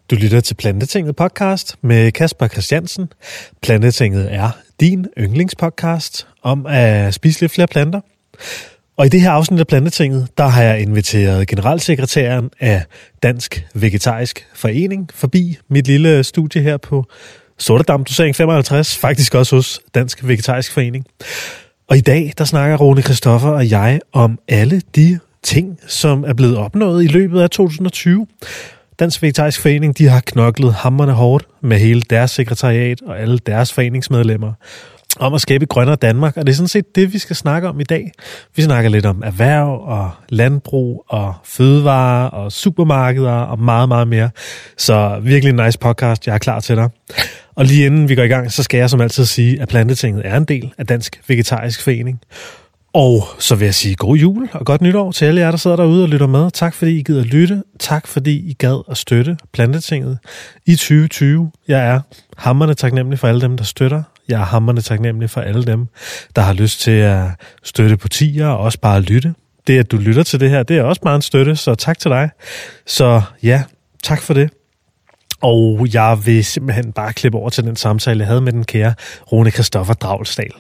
Du lytter til Plantetinget podcast med Kasper Christiansen. Plantetinget er din yndlingspodcast om at spise lidt flere planter. Og i det her afsnit af Plantetinget, der har jeg inviteret generalsekretæren af Dansk Vegetarisk Forening forbi mit lille studie her på Sortedam Dosering 55, faktisk også hos Dansk Vegetarisk Forening. Og i dag, der snakker Rune Christoffer og jeg om alle de ting, som er blevet opnået i løbet af 2020. Dansk Vegetarisk Forening, de har knoklet hamrende hårdt med hele deres sekretariat og alle deres foreningsmedlemmer om at skabe et grønnere Danmark, og det er sådan set det, vi skal snakke om i dag. Vi snakker lidt om erhverv og landbrug og fødevarer og supermarkeder og meget, meget mere. Så virkelig en nice podcast, jeg er klar til dig. Og lige inden vi går i gang, så skal jeg som altid sige, at Plantetinget er en del af Dansk Vegetarisk Forening. Og så vil jeg sige god jul og godt nytår til alle jer, der sidder derude og lytter med. Tak fordi I gider lytte. Tak fordi I gad at støtte Plantetinget i 2020. Jeg er hamrende taknemmelig for alle dem, der støtter. Jeg er hamrende taknemmelig for alle dem, der har lyst til at støtte på tier og også bare lytte. Det, at du lytter til det her, det er også meget en støtte, så tak til dig. Så ja, tak for det. Og jeg vil simpelthen bare klippe over til den samtale, jeg havde med den kære Rune Christoffer Dragsdahl.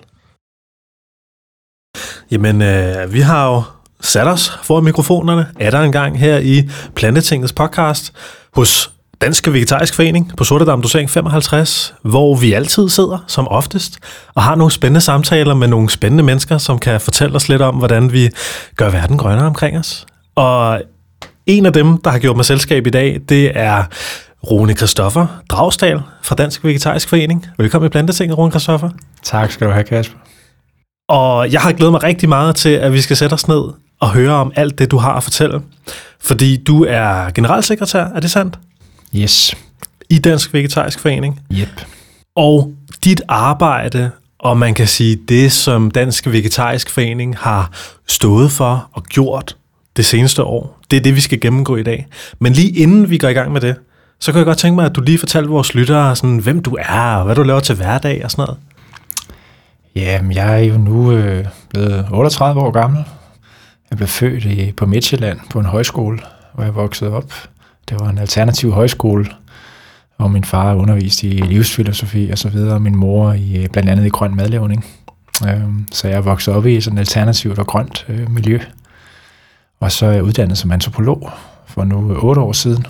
Jamen, vi har jo sat os foran mikrofonerne, er der en gang her i Plantetingets podcast hos Dansk Vegetarisk Forening på Sortedam Dosering 55, hvor vi altid sidder, som oftest, og har nogle spændende samtaler med nogle spændende mennesker, som kan fortælle os lidt om, hvordan vi gør verden grønnere omkring os. Og en af dem, der har gjort mig selskab i dag, det er Rune Christoffer Dragsdahl fra Dansk Vegetarisk Forening. Velkommen i Plantetinget, Rune Christoffer. Tak skal du have, Kasper. Og jeg har glædet mig rigtig meget til, at vi skal sætte os ned og høre om alt det, du har at fortælle. Fordi du er generalsekretær, er det sandt? Yes. I Dansk Vegetarisk Forening. Yep. Og dit arbejde, og man kan sige det, som Dansk Vegetarisk Forening har stået for og gjort det seneste år, det er det, vi skal gennemgå i dag. Men lige inden vi går i gang med det, så kan jeg godt tænke mig, at du lige fortæller vores lyttere, sådan, hvem du er, og hvad du laver til hverdag og sådan noget. Jamen, jeg er jo nu blevet 38 år gammel. Jeg blev født på Midtjylland på en højskole, hvor jeg voksede op. Det var en alternativ højskole, hvor min far underviste i livsfilosofi og så videre, og min mor blandt andet i grøn madlavning. Så jeg voksede op i sådan et alternativt og grønt miljø. Og så er jeg uddannet som antropolog for nu 8 år siden.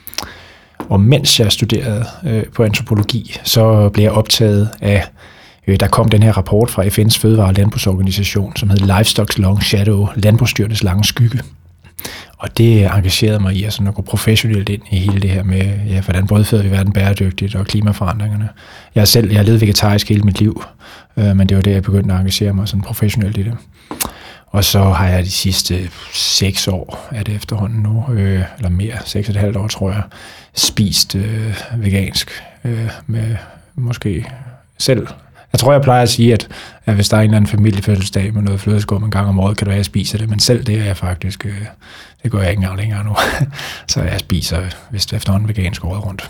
Og mens jeg studerede på antropologi, så blev jeg optaget af, der kom den her rapport fra FN's Fødevare- og Landbrugsorganisation, som hed Livestock's Long Shadow, landbrugsdyrenes lange skygge. Og det engagerede mig i at gå professionelt ind i hele det her med, hvordan brødføder vi verden bæredygtigt og klimaforandringerne. Jeg har levet vegetarisk hele mit liv, men det var det, jeg begyndte at engagere mig sådan professionelt i det. Og så har jeg de sidste 6 år, er det efterhånden nu, eller mere, 6,5 år tror jeg, spist vegansk med måske selv. Jeg tror, jeg plejer at sige, at hvis der er en eller anden familiefødselsdag med noget flødeskum en gang om året, kan det være, at jeg spiser det. Men selv det er jeg faktisk, det går jeg ikke engang længere nu. Så jeg spiser vist efterhånden vegansk året rundt.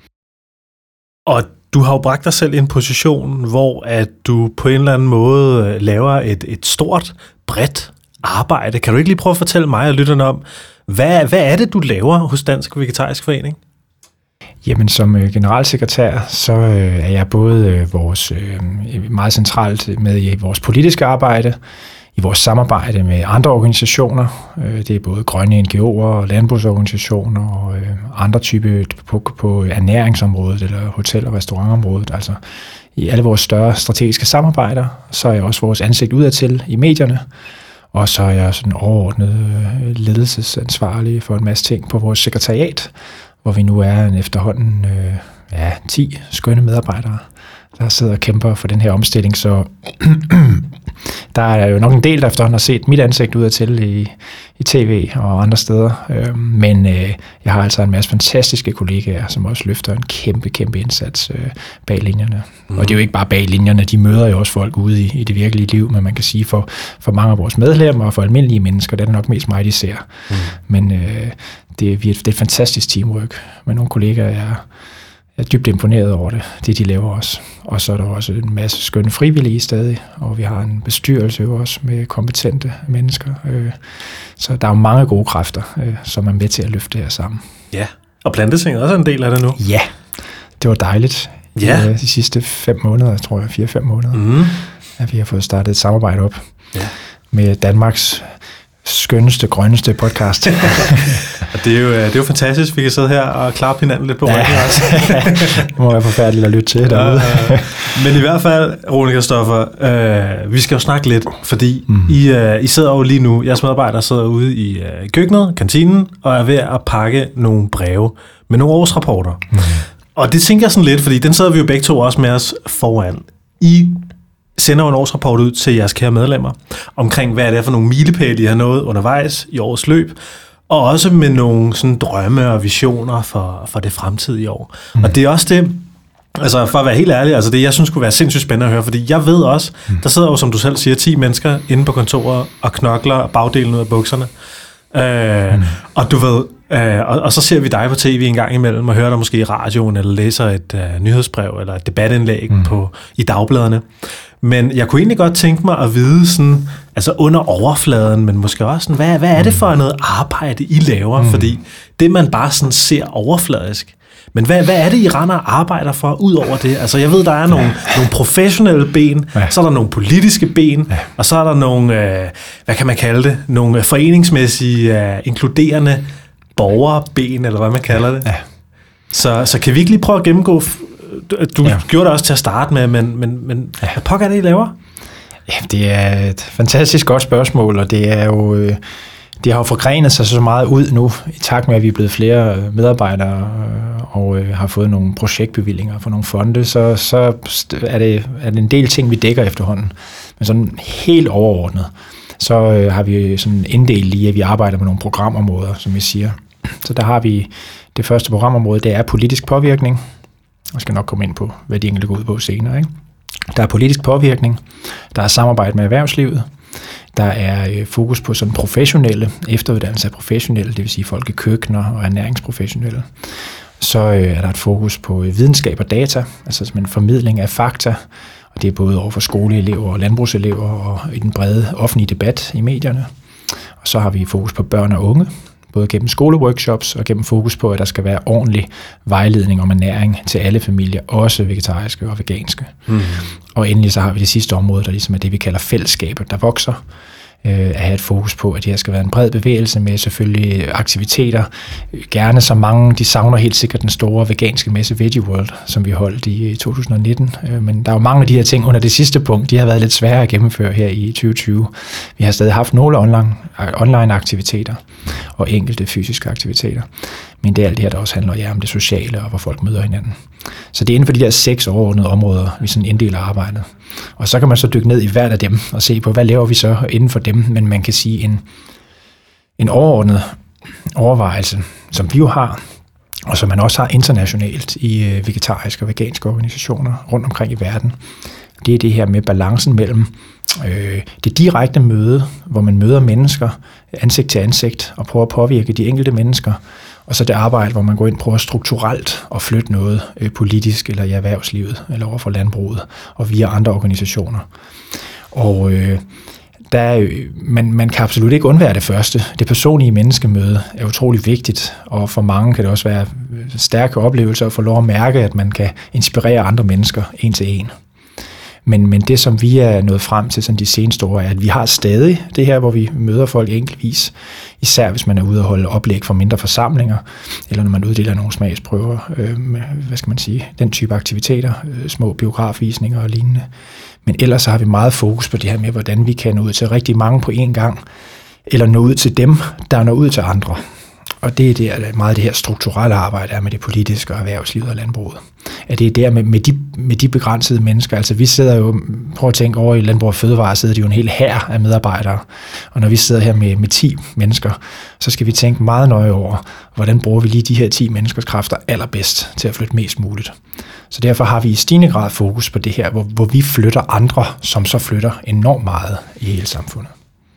Og du har jo bragt dig selv i en position, hvor at du på en eller anden måde laver et stort, bredt arbejde. Kan du ikke lige prøve at fortælle mig og lytterne om, hvad er det, du laver hos Dansk Vegetarisk Forening? Jamen, som generalsekretær, så er jeg både meget centralt med i vores politiske arbejde, i vores samarbejde med andre organisationer. Det er både grønne NGO'er, landbrugsorganisationer og andre typer på ernæringsområdet eller hotel- og restaurantområdet. Altså i alle vores større strategiske samarbejder, så er jeg også vores ansigt udadtil i medierne. Og så er jeg sådan overordnet ledelsesansvarlig for en masse ting på vores sekretariat, hvor vi nu er efterhånden 10 skønne medarbejdere, der sidder og kæmper for den her omstilling. Så der er jo nok en del, der efterhånden har set mit ansigt udadtil i tv og andre steder. Men jeg har altså en masse fantastiske kollegaer, som også løfter en kæmpe indsats bag linjerne. Og det er jo ikke bare bag linjerne, de møder jo også folk ude i det virkelige liv, men man kan sige for mange af vores medlemmer og for almindelige mennesker, det er nok mest mig, de ser. Men det er et fantastisk teamwork med nogle kollegaer, jeg er dybt imponeret over det de laver også. Og så er der også en masse skønne frivillige stadig, og vi har en bestyrelse også med kompetente mennesker. Så der er jo mange gode kræfter, som er med til at løfte det her sammen. Ja, Og Plantetinget er også en del af det nu. Ja, det var dejligt. De sidste 5 måneder, tror jeg, 4-5 måneder, at vi har fået startet et samarbejde op med Danmarks skønneste, grønneste podcast. Og det er jo fantastisk, vi kan sidde her og klappe hinanden lidt på ryggen også. Det må være forfærdeligt at lytte til derude. Men i hvert fald, Rune Christoffer, vi skal jo snakke lidt, fordi I sidder jo lige nu, jeres medarbejdere sidder ude i køkkenet, kantinen, og er ved at pakke nogle breve med nogle årsrapporter. Og det tænker jeg sådan lidt, fordi den sidder vi jo begge to også med os foran. I sender jo en årsrapport ud til jeres kære medlemmer, omkring hvad det er for nogle milepæle, I har nået undervejs i årets løb, og også med nogle sådan drømme og visioner for det fremtidige år. Og det er også det, altså for at være helt ærlig, altså det jeg synes kunne være sindssygt spændende at høre, fordi jeg ved også, der sidder jo, som du selv siger, 10 mennesker inde på kontoret og knokler bagdelen ud af bukserne. Og du ved, og så ser vi dig på tv en gang imellem og hører dig måske i radioen eller læser et nyhedsbrev eller et debatindlæg i dagbladene. Men jeg kunne egentlig godt tænke mig at vide sådan, altså under overfladen, men måske også sådan, hvad er det for noget arbejde, I laver? Fordi det man bare sådan ser overfladisk. Men hvad er det, I render og arbejder for ud over det? Altså jeg ved, der er nogle professionelle ben, så er der nogle politiske ben, og så er der nogle, hvad kan man kalde det, nogle foreningsmæssige, inkluderende borgerben, eller hvad man kalder det. Så kan vi ikke lige prøve at gennemgå, du gjorde det også til at starte med, men hvad pokker er det, I laver? Ja, det er et fantastisk godt spørgsmål, og det er jo... Det har jo forgrenet sig så meget ud nu, i takt med, at vi er blevet flere medarbejdere og har fået nogle projektbevillinger for nogle fonde, så er det en del ting, vi dækker efterhånden. Men sådan helt overordnet, så har vi sådan inddelt i, at vi arbejder med nogle programområder, som vi siger. Så der har vi det første programområde, det er politisk påvirkning. Jeg skal nok komme ind på, hvad de enkelte går ud på senere. Ikke? Der er politisk påvirkning, der er samarbejde med erhvervslivet, der er fokus på sådan professionelle, efteruddannelse af professionelle, det vil sige folk i køkkener og ernæringsprofessionelle. Så er der et fokus på videnskab og data, altså en formidling af fakta, og det er både over for skoleelever og landbrugselever og i den brede offentlige debat i medierne. Og så har vi fokus på børn og unge, både gennem skoleworkshops og gennem fokus på, at der skal være ordentlig vejledning om ernæring til alle familier, også vegetariske og veganske. Og endelig så har vi det sidste område, der ligesom er det, vi kalder fællesskabet, der vokser. At have et fokus på, at det her skal være en bred bevægelse med selvfølgelig aktiviteter. Gerne så mange, de savner helt sikkert den store veganske messe Veggie World, som vi holdt i 2019. Men der er jo mange af de her ting under det sidste punkt, de har været lidt svære at gennemføre her i 2020. Vi har stadig haft nogle online aktiviteter og enkelte fysiske aktiviteter. Men det er alt det her, der også handler om det sociale og hvor folk møder hinanden. Så det er inden for de der 6 overordnede områder, vi sådan inddeler arbejdet. Og så kan man så dykke ned i hvert af dem og se på, hvad laver vi så inden for dem. Men man kan sige en overordnet overvejelse, som vi jo har, og som man også har internationalt i vegetariske og veganske organisationer rundt omkring i verden. Det er det her med balancen mellem det direkte møde, hvor man møder mennesker ansigt til ansigt og prøver at påvirke de enkelte mennesker, og så det arbejde, hvor man går ind og prøver strukturelt at flytte noget politisk eller i erhvervslivet, eller over for landbruget, og via andre organisationer. Og man kan absolut ikke undvære det første. Det personlige menneskemøde er utrolig vigtigt, og for mange kan det også være stærke oplevelser at få lov at mærke, at man kan inspirere andre mennesker en til en. Men det, som vi er nået frem til sådan de seneste år, er, at vi har stadig det her, hvor vi møder folk enkeltvis, især hvis man er ude og holde oplæg for mindre forsamlinger, eller når man uddeler nogle smagsprøver, den type aktiviteter, små biografvisninger og lignende. Men ellers så har vi meget fokus på det her med, hvordan vi kan nå ud til rigtig mange på én gang, eller nå ud til dem, der når ud til andre. Og det er meget det her strukturelle arbejde er med det politiske og erhvervslivet og landbruget. At det er der med de begrænsede mennesker. Altså vi sidder jo, prøv at tænke over i Landbrug og Fødevare, sidder de jo en hel hær af medarbejdere. Og når vi sidder her med 10 mennesker, så skal vi tænke meget nøje over, hvordan bruger vi lige de her 10 menneskers kræfter allerbedst til at flytte mest muligt. Så derfor har vi i stigende grad fokus på det her, hvor vi flytter andre, som så flytter enormt meget i hele samfundet.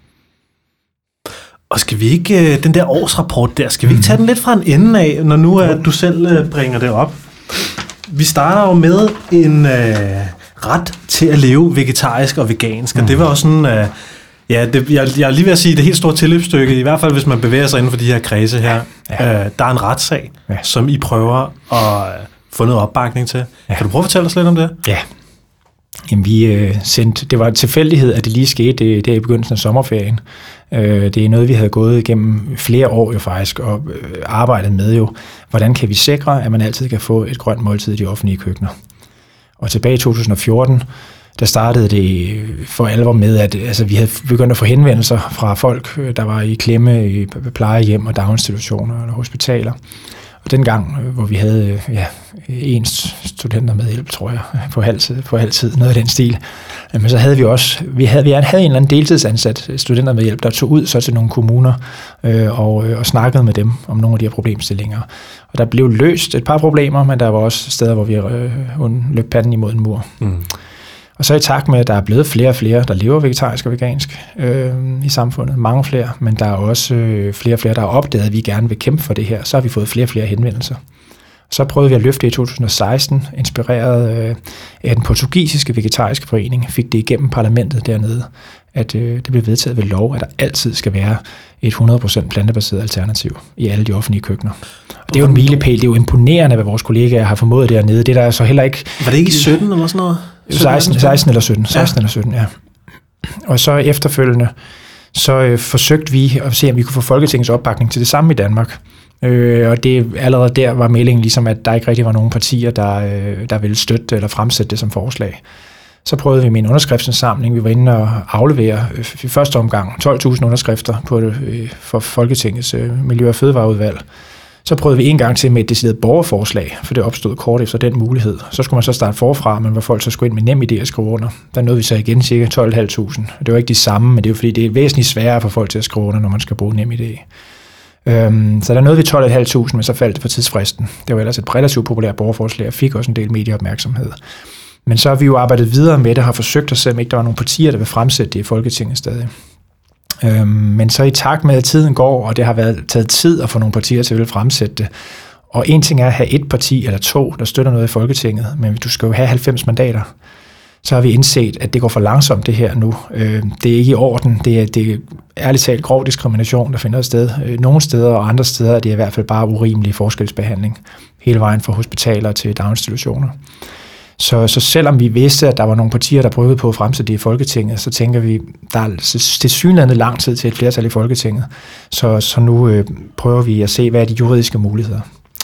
Og skal vi ikke, den der årsrapport der, skal vi ikke tage den lidt fra en ende af, når nu du selv bringer det op? Vi starter jo med en ret til at leve vegetarisk og vegansk, og det var jo sådan, Ja, jeg er lige ved at sige, det helt store tilløbsstykke, i hvert fald hvis man bevæger sig inden for de her kredse her, der er en retssag, som I prøver at få noget opbakning til. Ja. Kan du prøve at fortælle os lidt om det? Ja. Jamen, det var en tilfældighed, at det lige skete der i begyndelsen af sommerferien. Det er noget, vi havde gået igennem flere år jo faktisk, og arbejdet med jo, hvordan kan vi sikre, at man altid kan få et grønt måltid i de offentlige køkkener. Og tilbage i 2014, der startede det for alvor med, at vi havde begyndt at få henvendelser fra folk, der var i klemme i plejehjem og daginstitutioner eller hospitaler. Og dengang, hvor vi havde en studenter med hjælp, tror jeg, på halv tid, noget af den stil, men så havde vi havde en eller anden deltidsansat studenter med hjælp, der tog ud så til nogle kommuner og snakkede med dem om nogle af de her problemstillinger. Og der blev løst et par problemer, men der var også steder, hvor vi løb panden imod en mur. Mm. Og så i takt med, at der er blevet flere og flere, der lever vegetarisk og vegansk i samfundet, mange flere, men der er også flere og flere, der har opdaget, at vi gerne vil kæmpe for det her, så har vi fået flere og flere henvendelser. Så prøvede vi at løfte i 2016, inspireret af den portugisiske vegetariske forening, fik det igennem parlamentet dernede, at det blev vedtaget ved lov, at der altid skal være et 100% plantebaseret alternativ i alle de offentlige køkkener. Og det er jo en milepæl, det er jo imponerende, hvad vores kollegaer har formået dernede. Det der er så heller ikke... Var det ikke i 17 eller sådan noget? 16 eller 17. 16 eller 17, ja. Og så efterfølgende, så forsøgte vi at se, om vi kunne få Folketingets opbakning til det samme i Danmark. Og det allerede der var meldingen ligesom, at der ikke rigtig var nogen partier, der ville støtte eller fremsætte det som forslag. Så prøvede vi med en underskriftsindsamling. Vi var inde og aflevere i første omgang 12.000 underskrifter for Folketingets Miljø- og Fødevareudvalg. Så prøvede vi en gang til med et decideret borgerforslag, for det opstod kort efter den mulighed. Så skulle man så starte forfra, men hvor folk så skulle ind med nem idé at skrive under. Der nåede vi så igen ca. 12.500. Det var ikke de samme, men det er jo fordi, det er væsentligt sværere for folk til at skrive under, når man skal bruge nem idé. Så der nåede vi 12.500, men så faldt det på tidsfristen. Det var ellers et relativt populært borgerforslag, og fik også en del medieopmærksomhed. Men så har vi jo arbejdet videre med det, og har forsøgt at se, om ikke der var nogle partier, der vil fremsætte det i Folketinget stadig. Men så i takt med, at tiden går, og det har været taget tid at få nogle partier til at ville fremsætte det. Og en ting er at have et parti eller to, der støtter noget i Folketinget, men du skal jo have 90 mandater. Så har vi indset, at det går for langsomt det her nu. Det er ikke i orden. Det er ærligt talt grov diskrimination, der finder sted. Nogle steder og andre steder er det i hvert fald bare urimelig forskelsbehandling. Hele vejen fra hospitaler til daginstitutioner. Så selvom vi vidste, at der var nogle partier, der prøvede på at fremsætte det i Folketinget, så tænker vi, der er tilsyneladende lang tid til et flertal i Folketinget. Så nu prøver vi at se, hvad er de juridiske muligheder.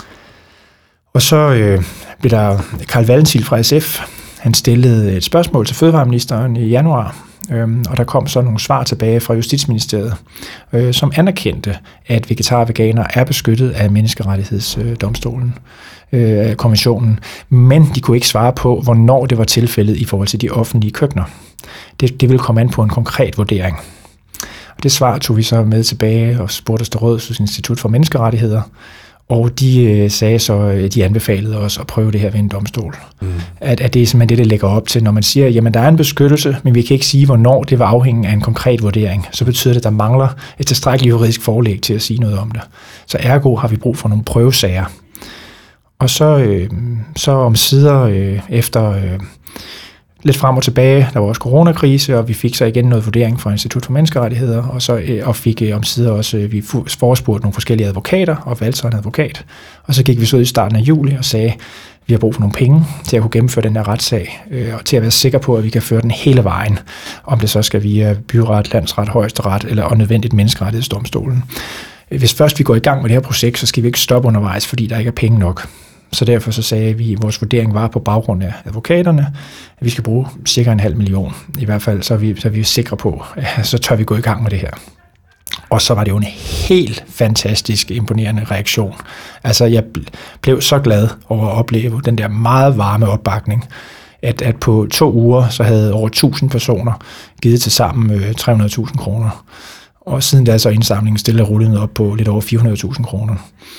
Og så blev der Carl Valentin fra SF. Han stillede et spørgsmål til fødevareministeren i januar, og der kom så nogle svar tilbage fra Justitsministeriet, som anerkendte, at vegetarer og veganere er beskyttet af menneskerettighedsdomstolen, konventionen, men de kunne ikke svare på, hvornår det var tilfældet i forhold til de offentlige køkkener. Det ville komme an på en konkret vurdering. Og det svar tog vi så med tilbage og spurgte Rådets Institut for Menneskerettigheder, og de sagde så, de anbefalede os at prøve det her ved en domstol. At det er simpelthen det lægger op til, når man siger, jamen der er en beskyttelse, men vi kan ikke sige, hvornår det vil afhænge af en konkret vurdering. Så betyder det, at der mangler et tilstrækkeligt juridisk forlæg til at sige noget om det. Så ergo har vi brug for nogle prøvesager. Og så omsider efter lidt frem og tilbage, der var også coronakrise, og vi fik så igen noget vurdering fra Institut for Menneskerettigheder, og fik omsider også, vi forespurgte nogle forskellige advokater, og valgte så en advokat. Og så gik vi så ud i starten af juli og sagde, vi har brug for nogle penge til at kunne gennemføre den her retssag, og til at være sikker på, at vi kan føre den hele vejen, om det så skal via byret, landsret, højesteret eller nødvendigt menneskerettighedsdomstolen. Hvis først vi går i gang med det her projekt, så skal vi ikke stoppe undervejs, fordi der ikke er penge nok. Så derfor så sagde vi, at vores vurdering var på baggrund af advokaterne, at vi skal bruge cirka 500.000. I hvert fald så er vi sikre på, at så tør vi gå i gang med det her. Og så var det jo en helt fantastisk, imponerende reaktion. Altså jeg blev så glad over at opleve den der meget varme opbakning, at på 2 uger så havde over 1000 personer givet til sammen 300.000 kroner. Og siden da så indsamlingen stille og rullet op på lidt over 400.000 kroner.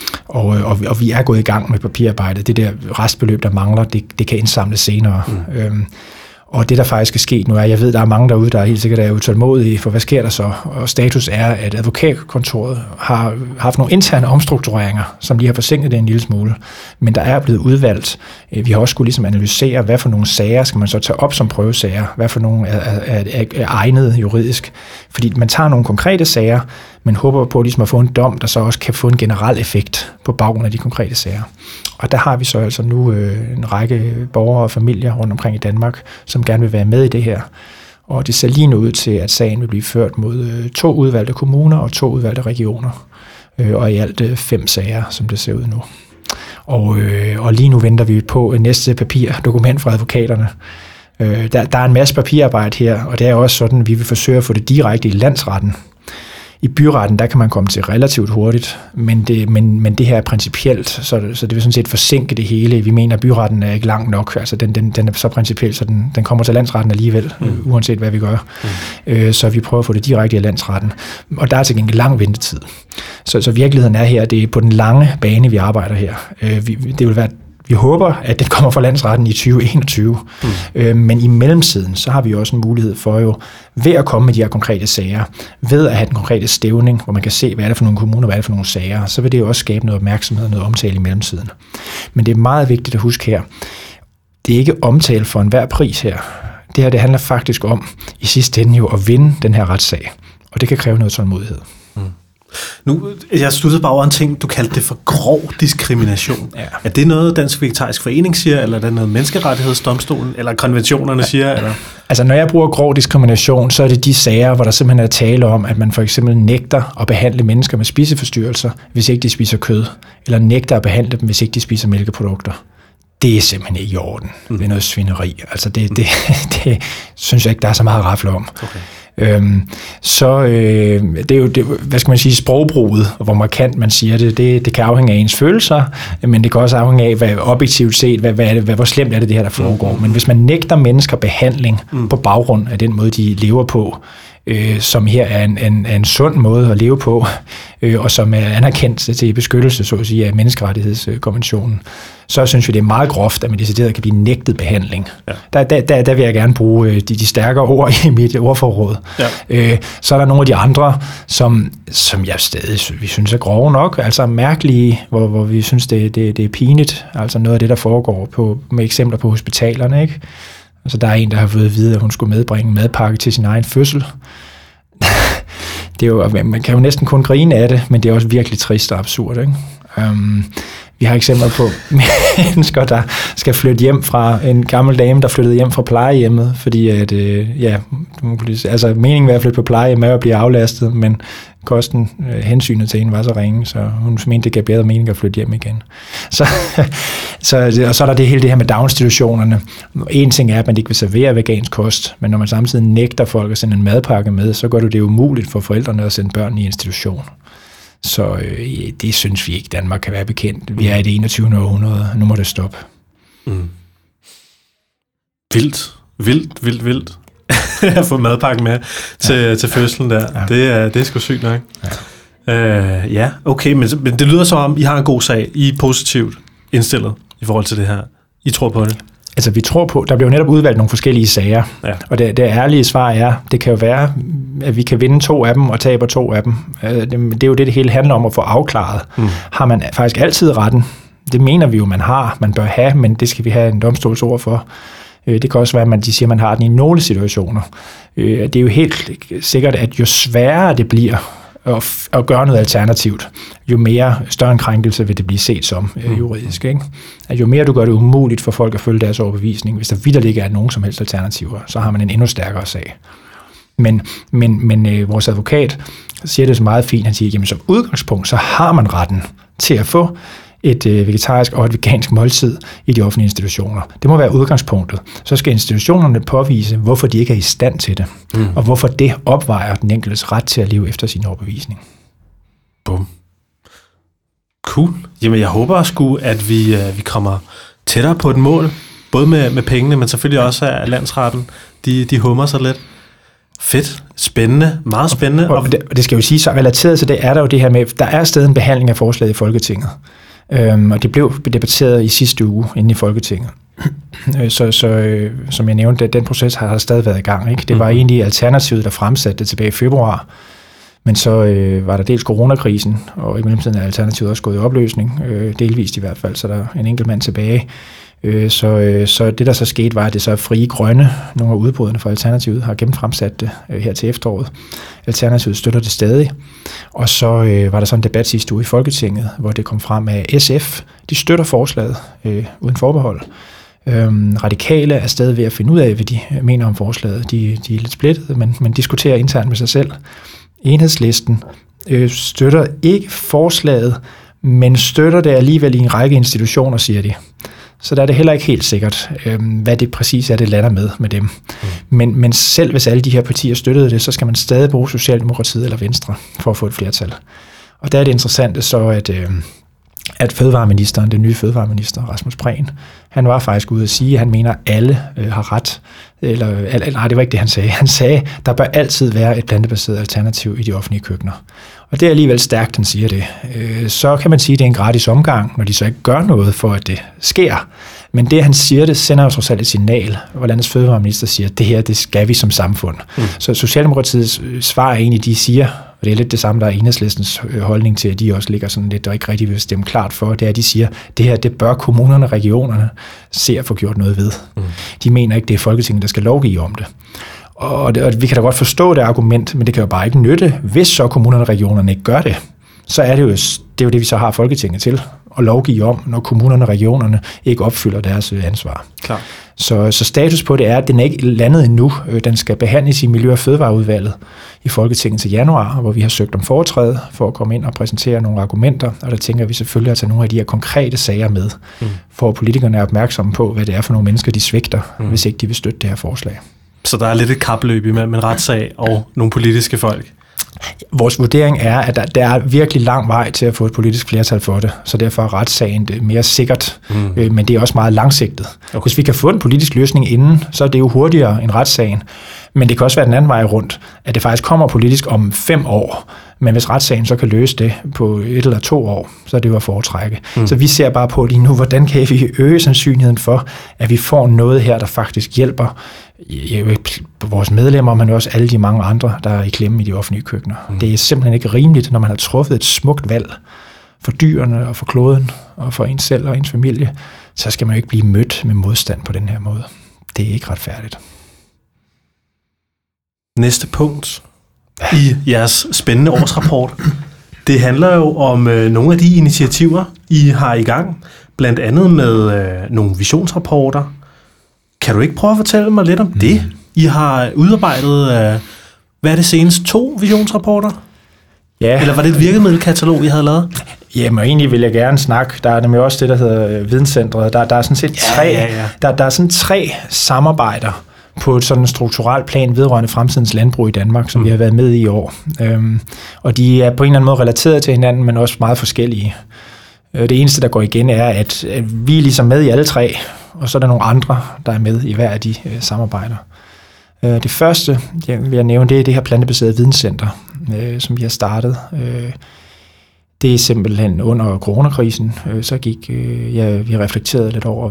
Og vi er gået i gang med papirarbejdet. Det der restbeløb, der mangler, det kan indsamles senere. Og det, der faktisk er sket nu, er, jeg ved, der er mange derude, der er helt sikkert utålmodige, for hvad sker der så? Og status er, at advokatkontoret har haft nogle interne omstruktureringer, som lige har forsinket det en lille smule. Men der er blevet udvalgt. Vi har også skulle ligesom analysere, hvad for nogle sager skal man så tage op som prøvesager? Hvad for nogle er egnet juridisk? Fordi man tager nogle konkrete sager, men håber på ligesom at få en dom, der så også kan få en generel effekt på baggrund af de konkrete sager. Og der har vi så altså nu en række borgere og familier rundt omkring i Danmark, som gerne vil være med i det her. Og det ser lige nu ud til, at sagen vil blive ført mod 2 udvalgte kommuner og 2 udvalgte regioner. Og i alt 5 sager, som det ser ud nu. Og lige nu venter vi på næste dokument fra advokaterne. Der er en masse papirarbejde her, og det er også sådan, at vi vil forsøge at få det direkte i landsretten. I byretten, der kan man komme til relativt hurtigt, men det her er principielt, så det vil sådan set forsinke det hele. Vi mener, at byretten er ikke lang nok, altså den er så principielt, så den kommer til landsretten alligevel, uanset hvad vi gør. Så vi prøver at få det direkte i landsretten, og der er til gengæld lang ventetid. Så virkeligheden er her, det er på den lange bane, vi arbejder her. Det vil være Vi håber, at den kommer fra landsretten i 2021, men i mellemtiden, så har vi også en mulighed for jo, ved at komme med de her konkrete sager, ved at have den konkrete stævning, hvor man kan se, hvad er det for nogle kommuner, hvad er det for nogle sager, så vil det jo også skabe noget opmærksomhed og noget omtale i mellemtiden. Men det er meget vigtigt at huske her, det er ikke omtale for enhver pris her. Det her, det handler faktisk om, i sidste ende jo, at vinde den her retssag, og det kan kræve noget tålmodighed. Nu, jeg sluttede bare over en ting, du kaldte det for grov diskrimination. Ja. Er det noget, Dansk Vegetarisk Forening siger, eller er det noget Menneskerettighedsdomstolen, eller konventionerne siger? Eller? Altså, når jeg bruger grov diskrimination, så er det de sager, hvor der simpelthen er tale om, at man for eksempel nægter at behandle mennesker med spiseforstyrrelser, hvis ikke de spiser kød, eller nægter at behandle dem, hvis ikke de spiser mælkeprodukter. Det er simpelthen ikke i orden. Det er noget svineri. Altså, det synes jeg ikke, der er så meget at rafle om. Okay. Det er jo det, hvad skal man sige, sprogbruget, hvor markant man siger det kan afhænge af ens følelser, men det kan også afhænge af, hvad objektivt set, hvor slemt er det her, der foregår. Men hvis man nægter mennesker behandling på baggrund af den måde, de lever på, som her er en sund måde at leve på, og som er anerkendt til beskyttelse, så at sige, af menneskerettighedskonventionen, så synes vi, det er meget groft, at man decideret kan blive nægtet behandling. Ja. Der vil jeg gerne bruge de stærkere ord i mit ordforråd. Ja. Så er der nogle af de andre, som jeg stadig vi synes er grove nok, altså mærkelige, hvor vi synes, det er pinligt, altså noget af det, der foregår med eksempler på hospitalerne, ikke? Altså, der er en, der har fået at vide, at hun skulle medbringe en madpakke til sin egen fødsel. Det er jo, man kan jo næsten kun grine af det, men det er også virkelig trist og absurd, ikke? Vi har eksempler på mennesker, der skal flytte hjem fra en gammel dame, der flyttede hjem fra plejehjemmet, fordi at, altså meningen ved at flytte på plejehjem er at blive aflastet, men hensynet til hende var så ringe, så hun mente, det gav bedre mening at flytte hjem igen. Og så er der det hele det her med daginstitutionerne. En ting er, at man ikke vil servere vegansk kost, men når man samtidig nægter folk at sende en madpakke med, så gør det umuligt for forældrene at sende børn i institution. Så det synes vi ikke, Danmark kan være bekendt. Vi er i det 21. århundrede, nu må det stoppe. Vildt. At få madpakken med til fødslen der. Ja. Det er sgu sygt nok. Ja. Okay, men det lyder som om, I har en god sag. I er positivt indstillet i forhold til det her. I tror på det? Altså, vi tror på, der bliver netop udvalgt nogle forskellige sager. Ja. Og det ærlige svar er, det kan jo være, at vi kan vinde 2 af dem og taber 2 af dem. Det er jo det hele handler om at få afklaret. Har man faktisk altid retten? Det mener vi jo, man har. Man bør have, men det skal vi have en domstolsord for. Det kan også være, at de siger, at man har den i nogle situationer. Det er jo helt sikkert, at jo sværere det bliver at gøre noget alternativt, jo mere større en krænkelse vil det blive set som juridisk. Ikke? At jo mere du gør det umuligt for folk at følge deres overbevisning, hvis der vitterligt ikke er nogen som helst alternativer, så har man en endnu stærkere sag. Men vores advokat siger det så meget fint, han siger, jamen som udgangspunkt, så har man retten til at få et vegetarisk og et vegansk måltid i de offentlige institutioner. Det må være udgangspunktet. Så skal institutionerne påvise, hvorfor de ikke er i stand til det, og hvorfor det opvejer den enkeltes ret til at leve efter sin overbevisning. Bum. Cool. Jamen, jeg håber sgu, at vi kommer tættere på et mål, både med pengene, men selvfølgelig også af landsretten. De hummer sig lidt. Fedt. Spændende. Meget spændende. Og det skal jo sige, så relateret til det er der jo det her med, der er stadig en behandling af forslaget i Folketinget. Og det blev debatteret i sidste uge inde i Folketinget. Som jeg nævnte, den proces har stadig været i gang. Ikke? Det var egentlig Alternativet, der fremsatte det tilbage i februar. Men så var der dels coronakrisen, og i mellemtiden er Alternativet også gået i opløsning, delvist i hvert fald, så der er en enkelt mand tilbage. Så det, der så skete, var, at det så Frie Grønne, nogle af udbrudene fra Alternativet, har gennemfremsat det her til efteråret. Alternativet støtter det stadig. Og så var der så en debat sidste uge i Folketinget, hvor det kom frem af SF. De støtter forslaget uden forbehold. Radikale er stadig ved at finde ud af, hvad de mener om forslaget. De er lidt splittet, men diskuterer internt med sig selv. Enhedslisten støtter ikke forslaget, men støtter det alligevel i en række institutioner, siger de. Så der er det heller ikke helt sikkert, hvad det præcis er, det lander med dem. Men selv hvis alle de her partier støttede det, så skal man stadig bruge Socialdemokratiet eller Venstre for at få et flertal. Og der er det interessante så, at fødevareministeren, den nye fødevareminister, Rasmus Prehn, han var faktisk ude at sige, at han mener, at alle har ret. Nej, det var ikke det, han sagde. Han sagde, at der bør altid være et plantebaseret alternativ i de offentlige køkkener. Og det er alligevel stærkt, han siger det. Så kan man sige, at det er en gratis omgang, når de så ikke gør noget for, at det sker. Men det, han siger, det sender jo trods alt et signal, hvor landets fødevareminister siger, at det her, det skal vi som samfund. Så Socialdemokratiets svar er egentlig, de siger, og det er lidt det samme, der er Enhedslistens holdning til, at de også ligger sådan lidt og ikke rigtig vil stemme klart for, det er, at de siger, at det her, det bør kommunerne og regionerne se at få gjort noget ved. De mener ikke, det er Folketinget, der skal lovgive om det. Og vi kan da godt forstå det argument, men det kan jo bare ikke nytte, hvis så kommunerne og regionerne ikke gør det. Så er det jo det, vi så har Folketinget til at lovgive om, når kommunerne og regionerne ikke opfylder deres ansvar. Klar. Så status på det er, at den er ikke landet endnu. Den skal behandles i Miljø- og Fødevareudvalget i Folketinget til januar, hvor vi har søgt om foretræde for at komme ind og præsentere nogle argumenter, og der tænker vi selvfølgelig at tage nogle af de her konkrete sager med, for at politikerne er opmærksomme på, hvad det er for nogle mennesker, de svigter, hvis ikke de vil støtte det her forslag. Så der er lidt et kapløb imellem en retssag og nogle politiske folk? Vores vurdering er, at der er virkelig lang vej til at få et politisk flertal for det, så derfor er retssagen det mere sikkert, men det er også meget langsigtet. Okay. Hvis vi kan få en politisk løsning inden, så er det jo hurtigere end retssagen, men det kan også være den anden vej rundt, at det faktisk kommer politisk om 5 år, men hvis retssagen så kan løse det på 1 eller 2 år, så er det jo at foretrække. Så vi ser bare på lige nu, hvordan kan vi øge sandsynligheden for, at vi får noget her, der faktisk hjælper vores medlemmer, men også alle de mange andre, der er i klemme i de offentlige køkkener. Det er simpelthen ikke rimeligt, når man har truffet et smukt valg for dyrene og for kloden og for en selv og ens familie, så skal man jo ikke blive mødt med modstand på den her måde. Det er ikke retfærdigt. Næste punkt i jeres spændende årsrapport, det handler jo om nogle af de initiativer, I har i gang, blandt andet med nogle visionsrapporter. Kan du ikke prøve at fortælle mig lidt om det? I har udarbejdet, hvad er det seneste, 2 visionsrapporter? Ja. Eller var det et virkemiddelkatalog, I havde lavet? Jamen, egentlig vil jeg gerne snakke. Der er nemlig også det, der hedder Videnscentret. Der er sådan set 3, Der er sådan 3 samarbejder på et sådan strukturelt plan vedrørende fremtidens landbrug i Danmark, som vi har været med i år. Og de er på en eller anden måde relateret til hinanden, men også meget forskellige. Det eneste, der går igen, er, at vi er ligesom med i alle 3, og så er der nogle andre, der er med i hver af de samarbejder. Det første, jeg vil nævne, det er det her plantebaserede videnscenter, som vi har startet. Det er simpelthen under coronakrisen, så vi reflekterede lidt over,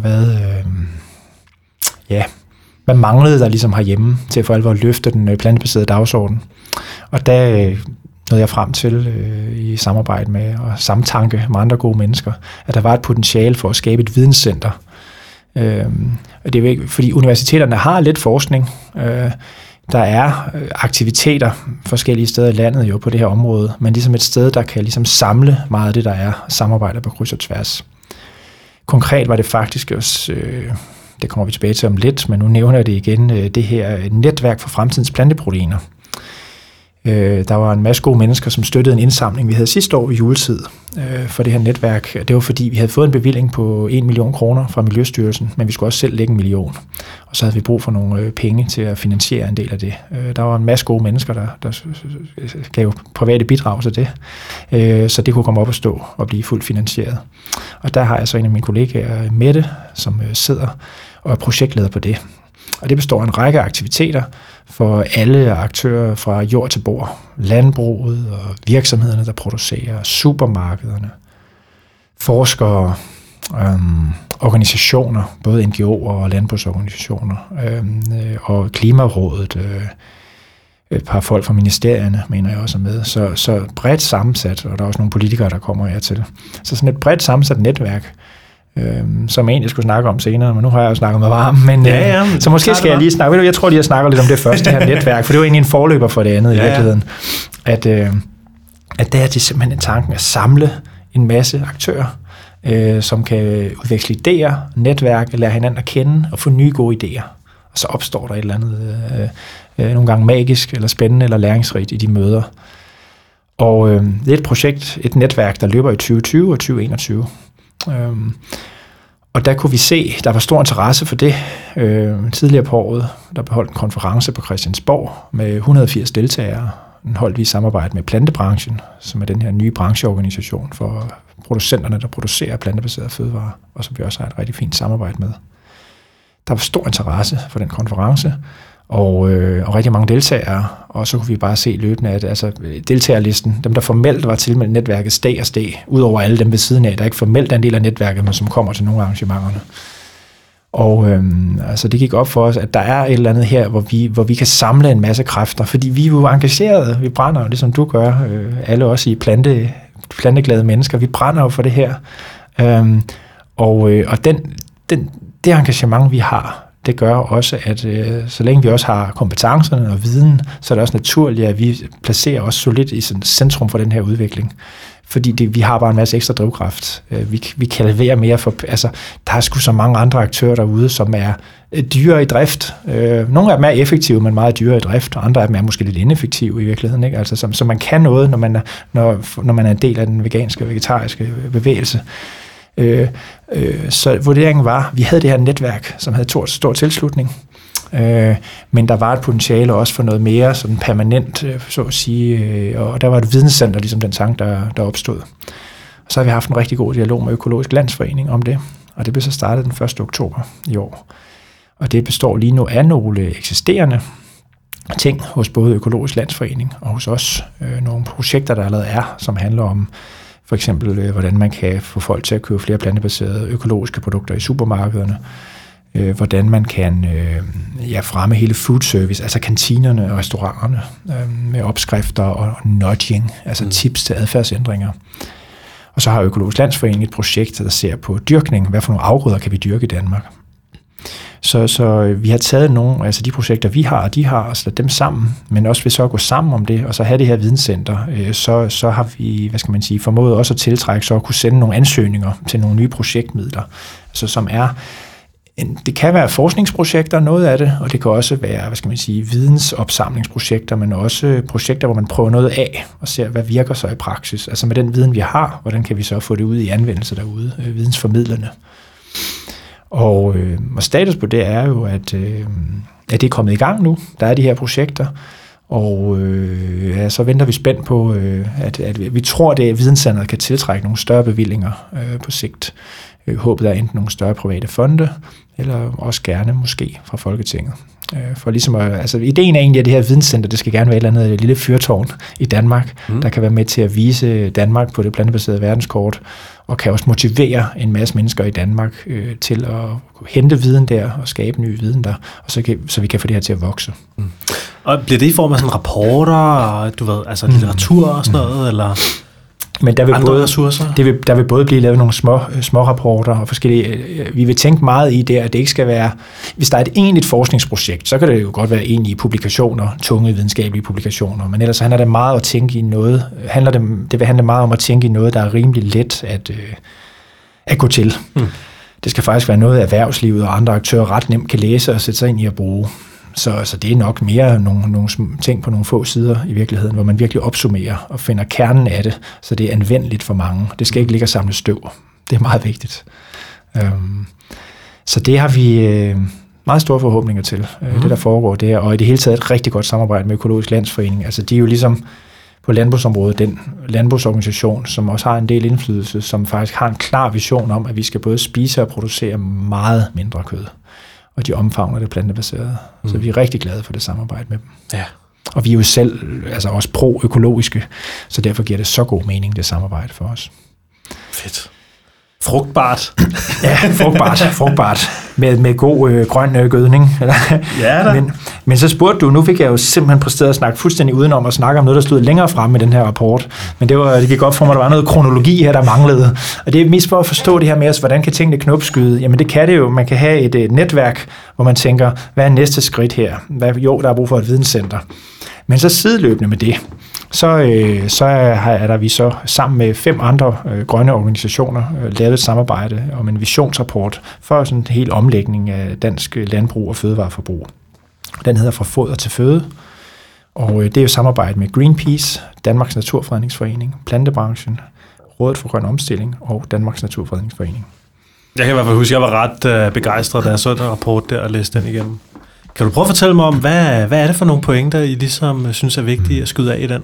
hvad manglede der ligesom herhjemme til for alvor at løfte den plantebaserede dagsorden. Og der nåede jeg frem til i samarbejde med og samtanke med andre gode mennesker, at der var et potentiale for at skabe et videnscenter. Og det er jo ikke, fordi universiteterne har lidt forskning. Der er aktiviteter forskellige steder i landet jo på det her område, men ligesom et sted, der kan ligesom samle meget af det, der er samarbejder på kryds og tværs. Konkret var det faktisk også, det kommer vi tilbage til om lidt, men nu nævner jeg det igen, det her netværk for fremtidens planteproteiner. Der var en masse gode mennesker, som støttede en indsamling, vi havde sidste år i juletid for det her netværk. Det var fordi, vi havde fået en bevilling på 1 million kroner fra Miljøstyrelsen, men vi skulle også selv lægge 1 million. Og så havde vi brug for nogle penge til at finansiere en del af det. Der var en masse gode mennesker, der gav private bidrag til det, så det kunne komme op og stå og blive fuldt finansieret. Og der har jeg så en af mine kollegaer, Mette, som sidder og er projektleder på det. Og det består af en række aktiviteter for alle aktører fra jord til bord. Landbruget og virksomhederne, der producerer, supermarkederne, forskere, organisationer, både NGO'er og landbrugsorganisationer, og Klimarådet, et par folk fra ministerierne, mener jeg også er med. Så bredt sammensat, og der er også nogle politikere, der kommer her til. Så sådan et bredt sammensat netværk, som jeg egentlig skulle snakke om senere, men nu har jeg jo snakket med varme, men så måske skal jeg lige snakke, jeg tror lige, jeg snakker lidt om det første her netværk, for det var egentlig en forløber for det andet i virkeligheden, at der er det simpelthen en tanken at samle en masse aktører, som kan udveksle idéer, netværke, lære hinanden at kende og få nye gode idéer. Og så opstår der et eller andet, nogle gange magisk, eller spændende, eller læringsrigt i de møder. Og det er et projekt, et netværk, der løber i 2020 og 2021. Og der kunne vi se, der var stor interesse for det. Tidligere på året, der beholdt en konference på Christiansborg med 180 deltagere. Den holdt vi i samarbejde med Plantebranchen, som er den her nye brancheorganisation for producenterne, der producerer plantebaserede fødevarer, og som vi også har et rigtig fint samarbejde med. Der var stor interesse for den konference, og rigtig mange deltagere, og så kunne vi bare se løbende, at altså, deltagerlisten, dem der formelt var tilmeldt netværket, steg og steg, udover alle dem ved siden af, der ikke formelt er en del af netværket, men som kommer til nogle af arrangementerne. Og altså det gik op for os, at der er et eller andet her, hvor vi kan samle en masse kræfter, fordi vi er jo engagerede, vi brænder jo, det som du gør, alle også i planteglade mennesker, vi brænder jo for det her. Og det engagement, vi har, det gør også, at så længe vi også har kompetencerne og viden, så er det også naturligt, at vi placerer os solidt i sådan centrum for den her udvikling. Fordi vi har bare en masse ekstra drivkraft. Vi kan levere mere for... Altså, der er sgu så mange andre aktører derude, som er dyre i drift. Nogle af dem er effektive, men meget dyre i drift, og andre af dem er måske lidt ineffektive i virkeligheden. Ikke? Altså, så man kan noget, når man er en del af den veganske og vegetariske bevægelse. Så vurderingen var, vi havde det her netværk, som havde stor tilslutning, men der var et potentiale også for noget mere sådan permanent, så at sige, og der var et videnscenter, ligesom den tanke, der opstod. Og så har vi haft en rigtig god dialog med Økologisk Landsforening om det, og det blev så startet den 1. oktober i år. Og det består lige nu af nogle eksisterende ting hos både Økologisk Landsforening og hos os, nogle projekter, der allerede er, som handler om for eksempel, hvordan man kan få folk til at købe flere plantebaserede økologiske produkter i supermarkederne. Hvordan man kan fremme hele food service, altså kantinerne og restauranterne, med opskrifter og nudging, altså tips til adfærdsændringer. Og så har Økologisk Landsforening et projekt, der ser på dyrkning. Hvad for nogle afgrøder kan vi dyrke i Danmark? Så vi har taget nogle, altså de projekter, vi har, og de har, og sat dem sammen, men også ved så at gå sammen om det, og så have det her videnscenter, så har vi, formået også at tiltrække, så at kunne sende nogle ansøgninger til nogle nye projektmidler, altså som er, det kan være forskningsprojekter, noget af det, og det kan også være, vidensopsamlingsprojekter, men også projekter, hvor man prøver noget af, og ser, hvad virker så i praksis. Altså med den viden, vi har, hvordan kan vi så få det ud i anvendelse derude, vidensformidlende. Og status på det er jo, at det er kommet i gang nu. Der er de her projekter, og så venter vi spændt på, at vi tror, at videnscenteret kan tiltrække nogle større bevillinger på sigt. Håbet er enten nogle større private fonde, eller også gerne måske fra Folketinget. For ligesom ideen er egentlig, at det her videnscenter, det skal gerne være et eller andet lille fyrtårn i Danmark, der kan være med til at vise Danmark på det plantebaserede verdenskort, og kan også motivere en masse mennesker i Danmark til at hente viden der, og skabe ny viden der, og så vi kan få det her til at vokse. Og bliver det i form af sådan rapporter, og litteratur og sådan noget, eller... Men der vil både blive lavet nogle små rapporter og forskellige. Vi vil tænke meget i det, at det ikke skal være, hvis der er et egentligt forskningsprojekt, så kan det jo godt være egentlige publikationer, tunge videnskabelige publikationer, men ellers handler det meget at tænke i noget, det vil handle meget om at tænke i noget, der er rimelig let at gå til. Det skal faktisk være noget, erhvervslivet og andre aktører ret nemt kan læse og sætte sig ind i at bruge. Så det er nok mere nogle ting på nogle få sider i virkeligheden, hvor man virkelig opsummerer og finder kernen af det, så det er anvendeligt for mange. Det skal ikke ligge og samle støv. Det er meget vigtigt. Så det har vi meget store forhåbninger til, det der foregår der, og i det hele taget et rigtig godt samarbejde med Økologisk Landsforening. Altså de er jo ligesom på landbrugsområdet den landbrugsorganisation, som også har en del indflydelse, som faktisk har en klar vision om, at vi skal både spise og producere meget mindre kød. Og de omfavner det plantebaserede. Så vi er rigtig glade for det samarbejde med dem. Ja. Og vi er jo selv også pro-økologiske, så derfor giver det så god mening, det samarbejde for os. Fedt. Frugtbart. Ja, frugtbart. Med god grøn gødning. Ja da. Men så spurgte du, nu fik jeg jo simpelthen præsteret at snakke fuldstændig udenom at snakke om noget, der stod længere fremme i den her rapport. Men det gik godt for mig, at der var noget kronologi her, der manglede. Og det er mest for at forstå det her med, hvordan kan tingene knopskyde? Jamen det kan det jo. Man kan have et netværk, hvor man tænker, hvad er næste skridt her? Jo, der er brug for et videnscenter. Men så sideløbende med det, så er vi så sammen med 5 andre grønne organisationer lavet et samarbejde om en visionsrapport for sådan en hel omlægning af dansk landbrug og fødevareforbrug. Den hedder Fra foder til føde, og det er jo samarbejde med Greenpeace, Danmarks Naturfredningsforening, Plantebranchen, Rådet for Grøn Omstilling og Danmarks Naturfredningsforening. Jeg kan i hvert fald huske, at jeg var ret begejstret, da jeg så den rapport der og læste den igennem. Kan du prøve at fortælle mig om, hvad er det for nogle pointer, I ligesom synes er vigtige at skyde af i den?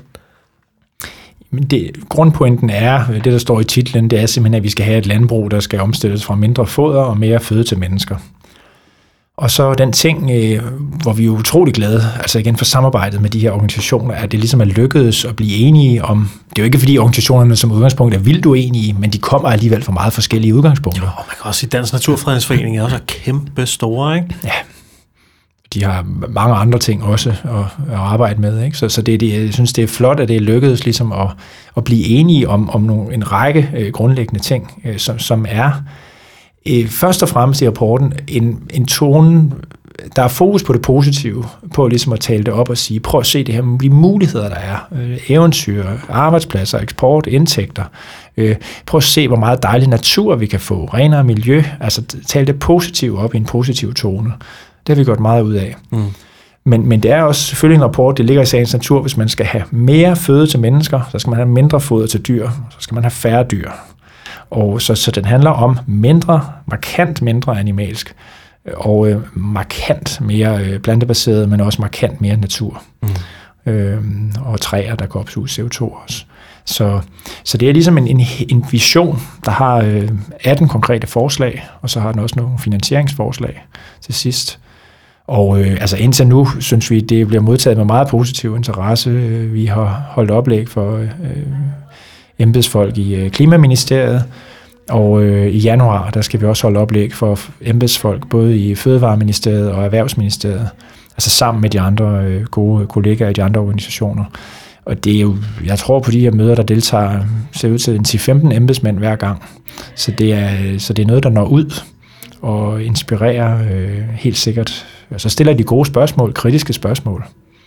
Grundpointen er, det der står i titlen, det er simpelthen, at vi skal have et landbrug, der skal omstilles fra mindre foder og mere føde til mennesker. Og så den ting, hvor vi er utrolig glade, altså igen for samarbejdet med de her organisationer, at det ligesom er lykkedes at blive enige om, det er jo ikke fordi organisationerne som udgangspunkt er vildt uenige, men de kommer alligevel fra meget forskellige udgangspunkter. Jo, man kan også sige, at Dansk Naturfredningsforening er også kæmpe store, ikke? Ja. De har mange andre ting også at arbejde med, ikke? Så jeg synes, det er flot, at det er lykkedes ligesom at blive enige om en række grundlæggende ting, som er først og fremmest i rapporten en tone, der er fokus på det positive, på ligesom at tale det op og sige, prøv at se det her med de muligheder, der er, eventyr, arbejdspladser, eksport, indtægter. Prøv at se, hvor meget dejlig natur vi kan få, renere miljø, altså tale det positive op i en positiv tone. Det har vi gjort meget ud af. Mm. Men det er også selvfølgelig en rapport, det ligger i sagens natur, hvis man skal have mere føde til mennesker, så skal man have mindre foder til dyr, så skal man have færre dyr. Og så den handler om markant mindre animalsk, og markant mere plantebaseret, men også markant mere natur. Mm. Og træer, der kan opsuge CO2 også. Så det er ligesom en vision, der har 18 konkrete forslag, og så har den også nogle finansieringsforslag til sidst. Og altså indtil nu synes vi, det bliver modtaget med meget positiv interesse. Vi har holdt oplæg for embedsfolk i Klimaministeriet, og i januar, der skal vi også holde oplæg for embedsfolk, både i Fødevareministeriet og Erhvervsministeriet, altså sammen med de andre gode kollegaer i de andre organisationer. Og det er jo, jeg tror på de her møder, der deltager, ser ud til 10-15 embedsmænd hver gang. Så det er noget, der når ud og inspirerer helt sikkert. Og så stiller de gode spørgsmål, kritiske spørgsmål.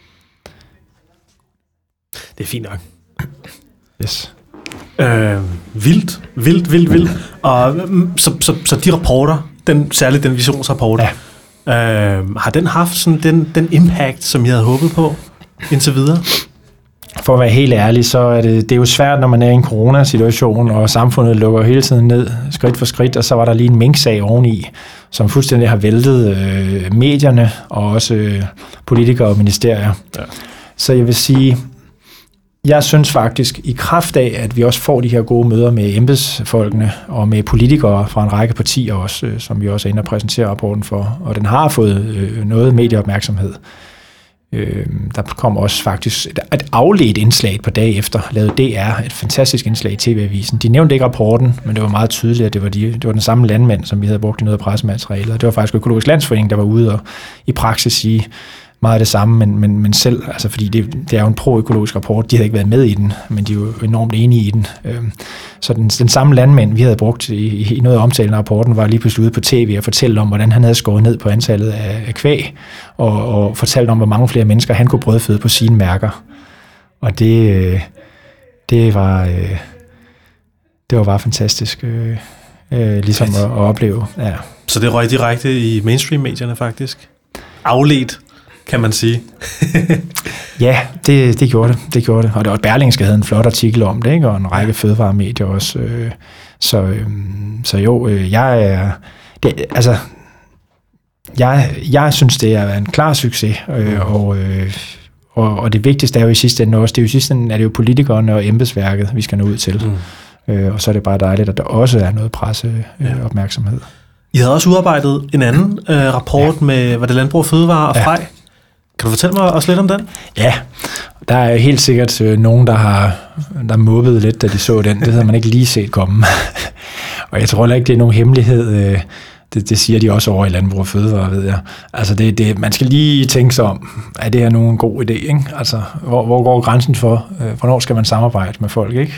Det er fint nok. Yes. Vildt. Og så de rapporter, særligt den visionsrapport, har den haft sådan den impact, som I havde håbet på indtil videre? For at være helt ærlig, så er det er jo svært, når man er i en coronasituation, og samfundet lukker hele tiden ned, skridt for skridt, og så var der lige en minksag oveni, som fuldstændig har væltet medierne, og også politikere og ministerier. Ja. Så jeg vil sige, jeg synes faktisk, i kraft af, at vi også får de her gode møder med embedsfolkene, og med politikere fra en række partier også, som vi også er inde og præsentere rapporten for, og den har fået noget medieopmærksomhed. Der kom også faktisk et afledt indslag på dag efter, lavede DR, et fantastisk indslag i TV-avisen. De nævnte ikke rapporten, men det var meget tydeligt, at det var den samme landmænd, som vi havde brugt i noget af pressematerialet. Og det var faktisk Økologisk Landsforening, der var ude og i praksis sige meget af det samme, men selv, altså fordi det er jo en pro-økologisk rapport, de havde ikke været med i den, men de er jo enormt enige i den. Så den samme landmænd, vi havde brugt i noget af omtalen af rapporten, var lige pludselig ude på tv og fortælle om, hvordan han havde skåret ned på antallet af kvæg, og fortalte om, hvor mange flere mennesker han kunne brødføde på sine mærker. Og det var bare fantastisk ligesom at opleve. Ja. Så det røg direkte i mainstream-medierne faktisk? Afledt, kan man sige. Ja, det gjorde det. Og det var Berlingske havde en flot artikel om det, ikke? Og en række fødevaremedier også. Så jo, jeg synes, det er en klar succes, og det vigtigste er jo i sidste ende også, er det jo politikerne og embedsværket, vi skal nå ud til. Og så er det bare dejligt, at der også er noget presseopmærksomhed. I havde også udarbejdet en anden rapport med, var det Landbrug og Fødevare og Frej? Kan du fortælle mig også lidt om den? Ja, der er helt sikkert nogen, der mobbede lidt, da de så den. Det havde man ikke lige set komme. Og jeg tror heller ikke, det er nogen hemmelighed. Det siger de også over i Landbrug og Fødevare, ved jeg. Altså man skal lige tænke sig om, er det her nu en god idé, ikke? Altså, hvor går grænsen for, hvornår skal man samarbejde med folk, ikke?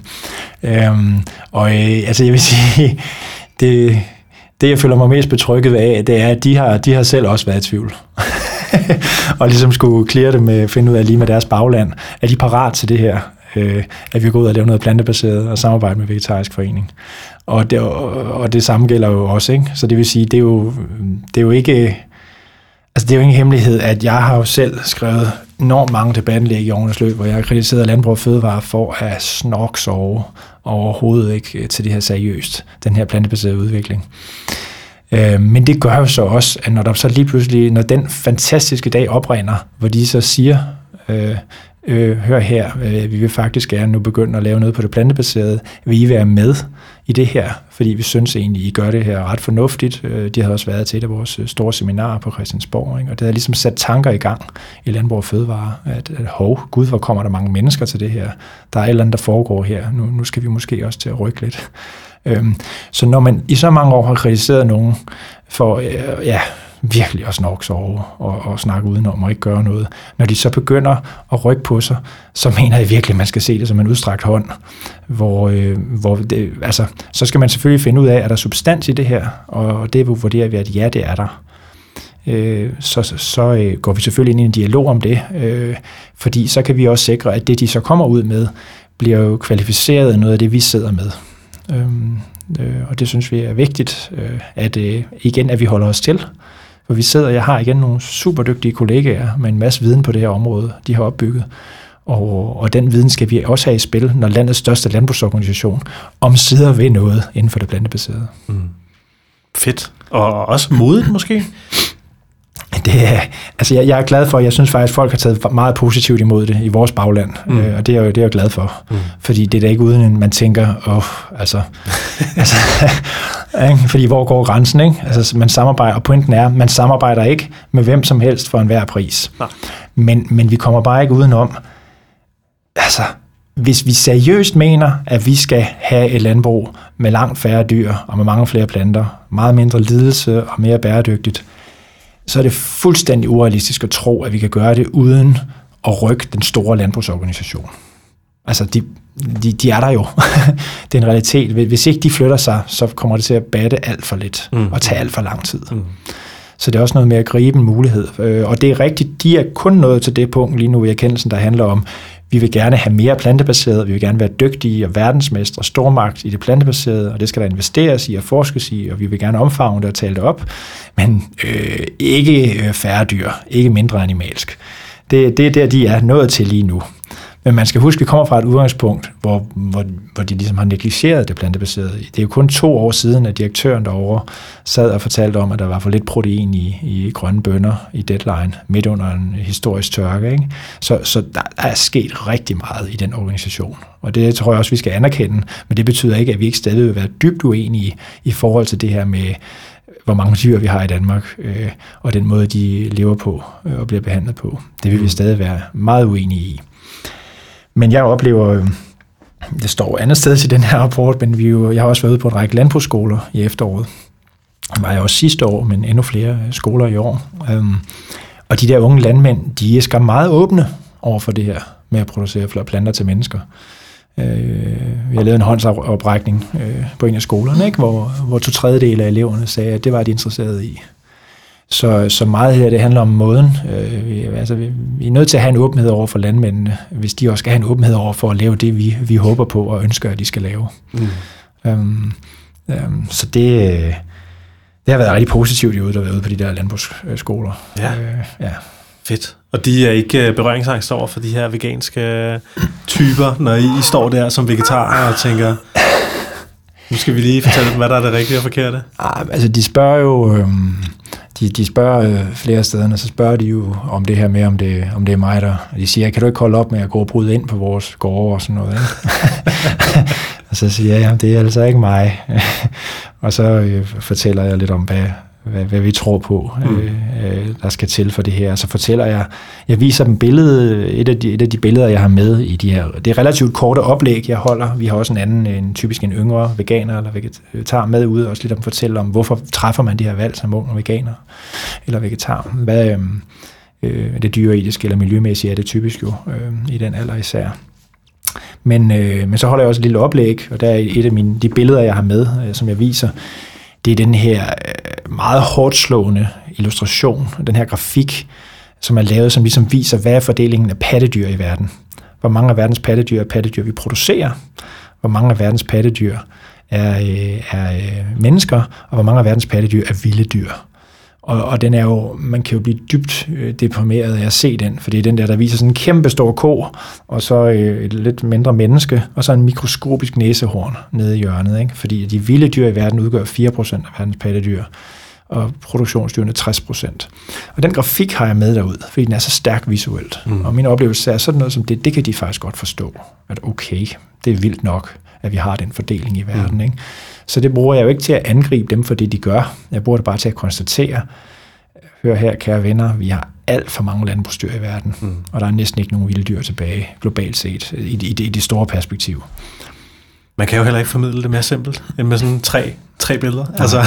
Altså, jeg vil sige, det jeg føler mig mest betrykket af, det er, at de har selv også været i tvivl. Og ligesom skulle clear det med, finde ud af lige med deres bagland, er de parat til det her, at vi går ud og laver noget plantebaseret og samarbejde med Vegetarisk Forening. Og det samme gælder jo også, ikke? Så det vil sige, det er jo ikke, altså det er jo ingen hemmelighed, at jeg har jo selv skrevet enormt mange debatindlæg i årenes løb, hvor jeg har kritiseret Landbrug og Fødevare for at snorksove overhovedet ikke til det her seriøst, den her plantebaserede udvikling. Men det gør jo så også, at når der så lige pludselig, når den fantastiske dag oprinder, hvor de så siger, hør her, vi vil faktisk gerne nu begynde at lave noget på det plantebaserede, vil I være med i det her, fordi vi synes egentlig, I gør det her ret fornuftigt. De havde også været til et af vores store seminarer på Christiansborg, ikke? Og det havde ligesom sat tanker i gang i Landbrug og Fødevare, at gud, hvor kommer der mange mennesker til det her. Der er et eller andet, der foregår her. Nu skal vi måske også til at rykke lidt. Så når man i så mange år har kritiseret nogen for virkelig at snorksove og snakke udenom og ikke gøre noget, når de så begynder at rykke på sig, så mener jeg virkelig, at man skal se det som en udstrakt hånd, hvor det, altså, så skal man selvfølgelig finde ud af, er der substans i det her, og det vurderer vi, at ja, det er der. Så går vi selvfølgelig ind i en dialog om det, fordi så kan vi også sikre, at det, de så kommer ud med, bliver jo kvalificeret af noget af det, vi sidder med. Og det synes vi er vigtigt, at vi holder os til. For jeg har igen nogle super dygtige kollegaer med en masse viden på det her område, de har opbygget. Og den viden skal vi også have i spil, når landets største landbrugsorganisation omsider ved noget inden for det plantebaserede. Fedt. Og også modigt måske? Altså jeg er glad for, jeg synes faktisk, at folk har taget meget positivt imod det i vores bagland, og det er jeg glad for, fordi det er da ikke uden, at man tænker, fordi hvor går grænsen, ikke? Altså man samarbejder, og pointen er, man samarbejder ikke med hvem som helst for enhver pris, men vi kommer bare ikke udenom, altså hvis vi seriøst mener, at vi skal have et landbrug med langt færre dyr og med mange flere planter, meget mindre lidelse og mere bæredygtigt, så er det fuldstændig urealistisk at tro, at vi kan gøre det uden at rykke den store landbrugsorganisation. Altså, de er der jo. Det er en realitet. Hvis ikke de flytter sig, så kommer det til at batte alt for lidt og tage alt for lang tid. Så det er også noget med at gribe en mulighed. Og det er rigtigt, de er kun nået til det punkt lige nu i erkendelsen, der handler om, vi vil gerne have mere plantebaseret, vi vil gerne være dygtige og verdensmestre og stormagt i det plantebaserede, og det skal der investeres i og forskes i, og vi vil gerne omfavne det og tale det op, men ikke færre dyr, ikke mindre animalsk. Det er der, de er nået til lige nu. Men man skal huske, at vi kommer fra et udgangspunkt, hvor de ligesom har negligeret det plantebaserede. Det er jo kun 2 år siden, at direktøren derovre sad og fortalte om, at der var for lidt protein i grønne bønner i Deadline, midt under en historisk tørke. Ikke? Så der er sket rigtig meget i den organisation. Og det tror jeg også, vi skal anerkende. Men det betyder ikke, at vi ikke stadig vil være dybt uenige i forhold til det her med, hvor mange dyr vi har i Danmark, og den måde, de lever på og bliver behandlet på. Det vil vi stadig være meget uenige i. Men jeg oplever, det står andet sted til den her rapport, men jeg har også været ude på en række landbrugsskoler i efteråret. Det var jeg også sidste år, men endnu flere skoler i år. Og de der unge landmænd, de er skam meget åbne over for det her med at producere flere planter til mennesker. Vi har lavet en håndsoprækning på en af skolerne, ikke? Hvor 2/3 af eleverne sagde, at det var de interesserede i. Så meget her, det handler om måden. Vi er nødt til at have en åbenhed over for landmændene, hvis de også skal have en åbenhed over for at lave det, vi håber på og ønsker, at de skal lave. Så det har været rigtig positivt at være ude på de der landbrugsskoler. Ja. Fedt. Og de er ikke berøringsangst over for de her veganske typer, når I står der som vegetarer og tænker, nu skal vi lige fortælle dem, hvad der er det rigtige og forkerte? Altså, de spørger jo... De spørger flere steder, og så spørger de jo om det her med, om det er mig, der... De siger, kan du ikke holde op med at gå og bryde ind på vores gårde og sådan noget, ikke? Og så siger jeg, det er altså ikke mig. Og så fortæller jeg lidt om, hvad vi tror på, der skal til for det her. Så fortæller jeg viser dem billede, et af de billeder, jeg har med i de her. Det er relativt korte oplæg, jeg holder. Vi har også typisk en yngre veganer eller vegetar med ud, og også lidt om fortælle om, hvorfor træffer man de her valg som ung og veganer eller vegetar. Hvad er det dyreetiske eller miljømæssige er det typisk jo i den alder især. Men så holder jeg også et lille oplæg, og der er et af de billeder, jeg har med, som jeg viser. Det er den her meget hårdt slående illustration, den her grafik, som er lavet, som ligesom viser, hvad er fordelingen af pattedyr i verden. Hvor mange af verdens pattedyr er pattedyr, vi producerer. Hvor mange af verdens pattedyr er mennesker, og hvor mange af verdens pattedyr er vilde dyr. Og den er jo, man kan jo blive dybt deprimeret af at se den, for det er den der viser sådan en kæmpe stor ko, og så et lidt mindre menneske, og så en mikroskopisk næsehorn nede i hjørnet, ikke? Fordi de vilde dyr i verden udgør 4% af verdens pattedyr, og produktionsdyrene 60%. Og den grafik har jeg med derud, fordi den er så stærk visuelt. Og min oplevelse er sådan noget som det kan de faktisk godt forstå, at okay, det er vildt nok, at vi har den fordeling i verden, ikke? Så det bruger jeg jo ikke til at angribe dem for det, de gør. Jeg bruger det bare til at konstatere, hør her, kære venner, vi har alt for mange landbrugsdyr i verden, og der er næsten ikke nogen vilde dyr tilbage, globalt set, i det store perspektiv. Man kan jo heller ikke formidle det mere simpelt, end med sådan tre billeder. Nej, altså.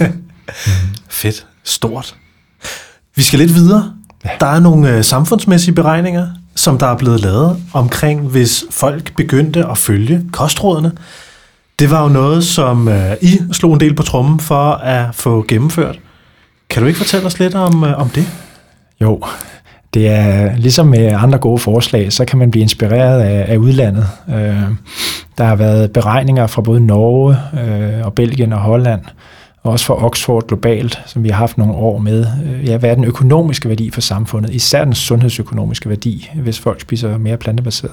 Fedt. Stort. Vi skal lidt videre. Ja. Der er nogle samfundsmæssige beregninger, som der er blevet lavet omkring, hvis folk begyndte at følge kostrådene. Det var jo noget, som I slog en del på trommen for at få gennemført. Kan du ikke fortælle os lidt om det? Jo, det er ligesom med andre gode forslag, så kan man blive inspireret af udlandet. Der har været beregninger fra både Norge og Belgien og Holland, og også fra Oxford globalt, som vi har haft nogle år med. Hvad er den økonomiske værdi for samfundet? Især den sundhedsøkonomiske værdi, hvis folk spiser mere plantebaseret.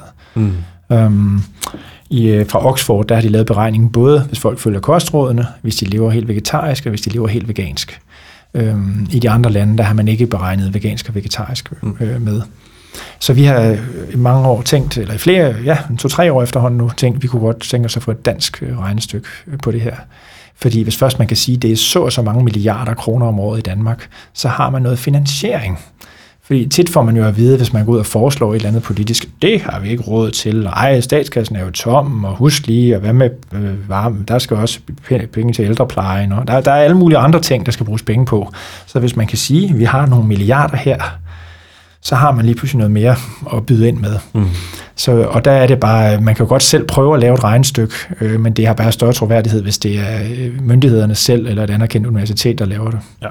Fra Oxford, der har de lavet beregningen både, hvis folk følger kostrådene, hvis de lever helt vegetarisk, og hvis de lever helt vegansk. I de andre lande, der har man ikke beregnet vegansk og vegetarisk med. Så vi har i mange år tænkt, eller i flere, 2-3 år efterhånden nu, tænkt, vi kunne godt tænke os at få et dansk regnestykke på det her. Fordi hvis først man kan sige, at det er så mange milliarder kroner om året i Danmark, så har man noget finansiering. Fordi tit får man jo at vide, hvis man går ud og foreslår et eller andet politisk, det har vi ikke råd til, statskassen er jo tom, og husk lige, og hvad med varme, der skal også penge til ældreplejen, og der er alle mulige andre ting, der skal bruges penge på. Så hvis man kan sige, at vi har nogle milliarder her, så har man lige pludselig noget mere at byde ind med. Og der er det bare, man kan jo godt selv prøve at lave et regnestykke, men det har bare større troværdighed, hvis det er myndighederne selv, eller et anerkendt universitet, der laver det. Ja.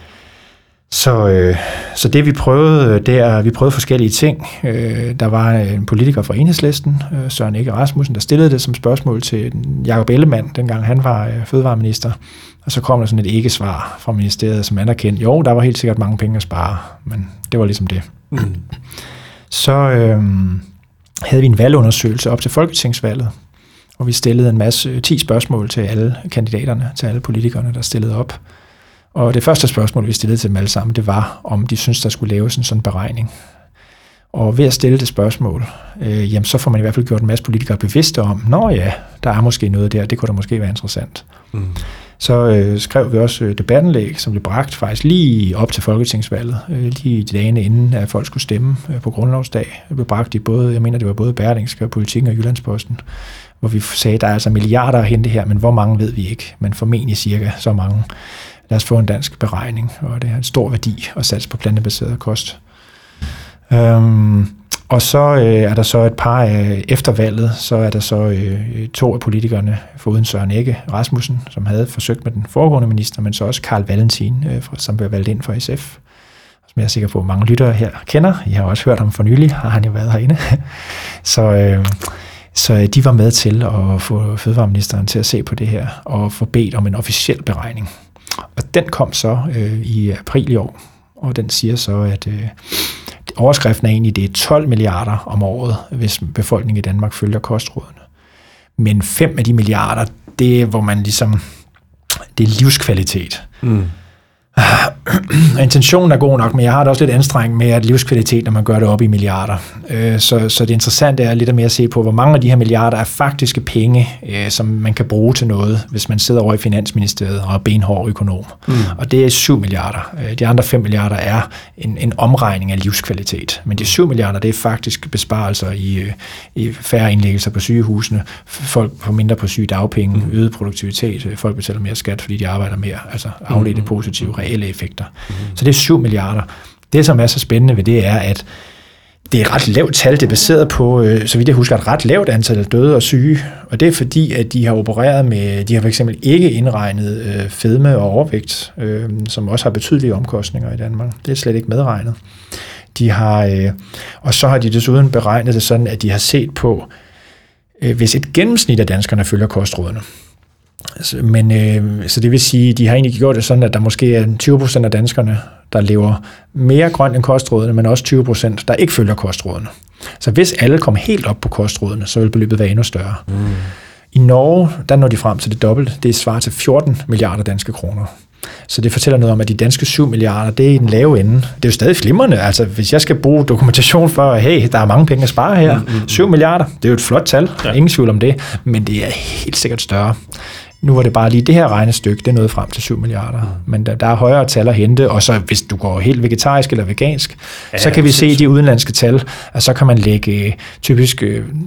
Så det vi prøvede, vi prøvede forskellige ting. Der var en politiker fra Enhedslisten, Søren Egge Rasmussen, der stillede det som spørgsmål til Jakob Ellemann, dengang han var fødevareminister. Og så kom der sådan et ikke-svar fra ministeriet, som anerkendte, jo, der var helt sikkert mange penge at spare, men det var ligesom det. Så havde vi en valgundersøgelse op til folketingsvalget, og vi stillede en masse 10 spørgsmål til alle kandidaterne, til alle politikerne, der stillede op. Og det første spørgsmål, vi stillede til dem alle sammen, det var, om de synes der skulle laves en sådan beregning. Og ved at stille det spørgsmål, jamen så får man i hvert fald gjort en masse politikere bevidste om, der er måske noget der, det kunne da måske være interessant. Så skrev vi også debatindlæg, som blev bragt faktisk lige op til folketingsvalget, lige de dagene inden, at folk skulle stemme på grundlovsdag. Det blev bragt i både, jeg mener det var både Berlingske, Politiken og Jyllandsposten, hvor vi sagde, at der er altså milliarder at hente her, men hvor mange ved vi ikke, men formentlig cirka så mange. Lad os få en dansk beregning, og det er en stor værdi at satse på plantebaseret kost. Og så er der så et par efter valget, så er der så 2 af politikerne, foruden Søren Egge Rasmussen, som havde forsøgt med den foregående minister, men så også Carl Valentin, som blev valgt ind for SF, som jeg er sikker på, at mange lyttere her kender. I har også hørt ham for nylig, har han jo været herinde. Så de var med til at få fødevareministeren til at se på det her, og få bedt om en officiel beregning. Og den kom så i april i år, og den siger så, at overskriften er egentlig, det er 12 milliarder om året, hvis befolkningen i Danmark følger kostrådene. Men 5 af de milliarder, det er, hvor man ligesom, det er livskvalitet. Og intentionen er god nok, men jeg har det også lidt anstrengt med, at livskvalitet, når man gør det op i milliarder. Så det interessante er lidt mere at se på, hvor mange af de her milliarder er faktiske penge, som man kan bruge til noget, hvis man sidder over i Finansministeriet og er benhård økonom. Og det er 7 milliarder. De andre 5 milliarder er en omregning af livskvalitet. Men de 7 milliarder, det er faktisk besparelser i færre indlæggelser på sygehusene, folk får mindre på sygedagpenge, øget produktivitet, folk betaler mere skat, fordi de arbejder mere, altså afledte positive, reelle effekter. Så det er 7 milliarder. Det, som er så spændende ved det, er, at det er et ret lavt tal. Det er baseret på, så vidt jeg husker, et ret lavt antal døde og syge. Og det er fordi, at de har opereret med, de har for eksempel ikke indregnet fedme og overvægt, som også har betydelige omkostninger i Danmark. Det er slet ikke medregnet. De har, og så har de desuden beregnet det sådan, at de har set på, hvis et gennemsnit af danskerne følger kostrådene. Men, så det vil sige, de har egentlig gjort det sådan, at der måske er 20% af danskerne, der lever mere grønt end kostrådene, men også 20%, der ikke følger kostrådene. Så hvis alle kom helt op på kostrådene, så vil beløbet være endnu større. I Norge, der når de frem til det dobbelte. Det svarer til 14 milliarder danske kroner. Så det fortæller noget om, at de danske 7 milliarder, det er i den lave ende. Det er jo stadig flimrende. Altså, hvis jeg skal bruge dokumentation for, at hey, der er mange penge at spare her. 7 milliarder, det er jo et flot tal. Ja. Ingen tvivl om det. Men det er helt sikkert større. Nu var det bare lige det her regnestykke, det nåede frem til 7 milliarder. Men der er højere tal at hente, og så hvis du går helt vegetarisk eller vegansk, så kan vi se de udenlandske tal, at så kan man lægge typisk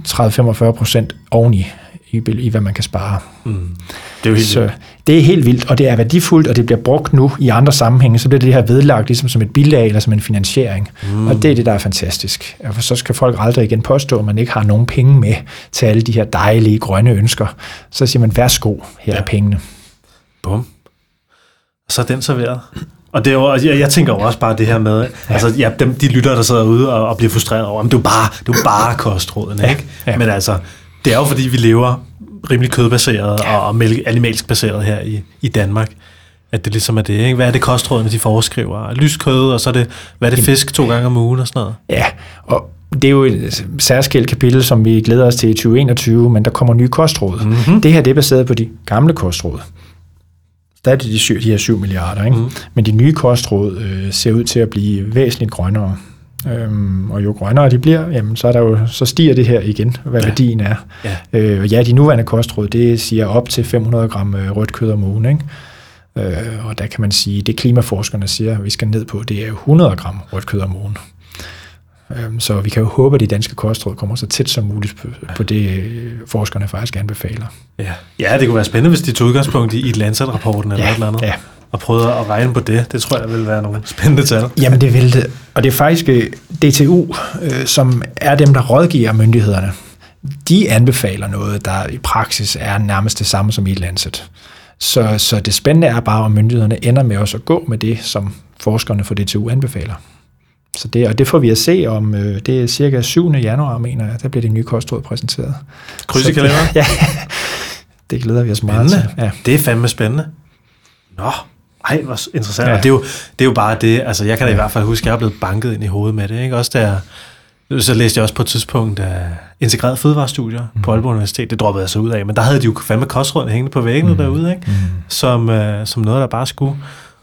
30-45% oveni i hvad man kan spare. Det er jo helt vildt. Det er helt vildt, og det er værdifuldt, og det bliver brugt nu i andre sammenhænge, så bliver det her vedlagt ligesom som et bilag eller som en finansiering. Og det er det, der er fantastisk. For så skal folk aldrig igen påstå, at man ikke har nogen penge med til alle de her dejlige grønne ønsker. Så siger man, værsgo, her er pengene. Bum. Så er den serveret. Og det er jo, jeg tænker jo også bare det her med, altså de lytter, der sidder ude og bliver frustreret over, det er jo bare kostrådene, ikke? Ja. Men altså, det er jo fordi, vi lever rimelig kødbaseret og animalsk baseret her i Danmark, at det ligesom er det, ikke? Hvad er det kostrådene, de foreskriver? Lyskød, og så er det, hvad er det fisk 2 gange om ugen og sådan noget? Ja, og det er jo et særskilt kapitel, som vi glæder os til i 2021, men der kommer nye kostråd. Det her, det er baseret på de gamle kostråd. Der er de her 7 milliarder, ikke? Men de nye kostråd ser ud til at blive væsentligt grønnere. Og jo grønnere de bliver, jamen, så stiger det her igen, hvad værdien er. De nuværende kostråd, det siger op til 500 gram rødt kød om ugen, ikke? Og der kan man sige, det klimaforskerne siger, at vi skal ned på, det er 100 gram rødt kød om ugen. Så vi kan jo håbe, at de danske kostråd kommer så tæt som muligt på det, forskerne faktisk anbefaler. Ja, det kunne være spændende, hvis de tog udgangspunkt i Lancet-rapporten eller et eller andet. Ja. Og prøvede at regne på det. Det tror jeg vil være nogle spændende tal. Jamen det vil det. Og det er faktisk DTU, som er dem, der rådgiver myndighederne. De anbefaler noget, der i praksis er nærmest det samme som i Lancet. Så det spændende er bare, om myndighederne ender med også at gå med det, som forskerne for DTU anbefaler. Så det får vi at se om, det er cirka 7. januar, mener jeg, der bliver det nye kostråd præsenteret. Kryds i kalenderen? Ja, det glæder vi os meget til. Ja. Det er fandme spændende. Nå, ej, hvor interessant. Ja. Og det er jo bare det, altså jeg kan da i hvert fald huske, at jeg er blevet banket ind i hovedet med det, ikke? Også der, så læste jeg også på et tidspunkt integreret fødevarestudier på Aalborg Universitet, det droppede jeg så ud af, men der havde de jo fandme kostrådene hængende på væggene derude, ikke? Som noget, der bare skulle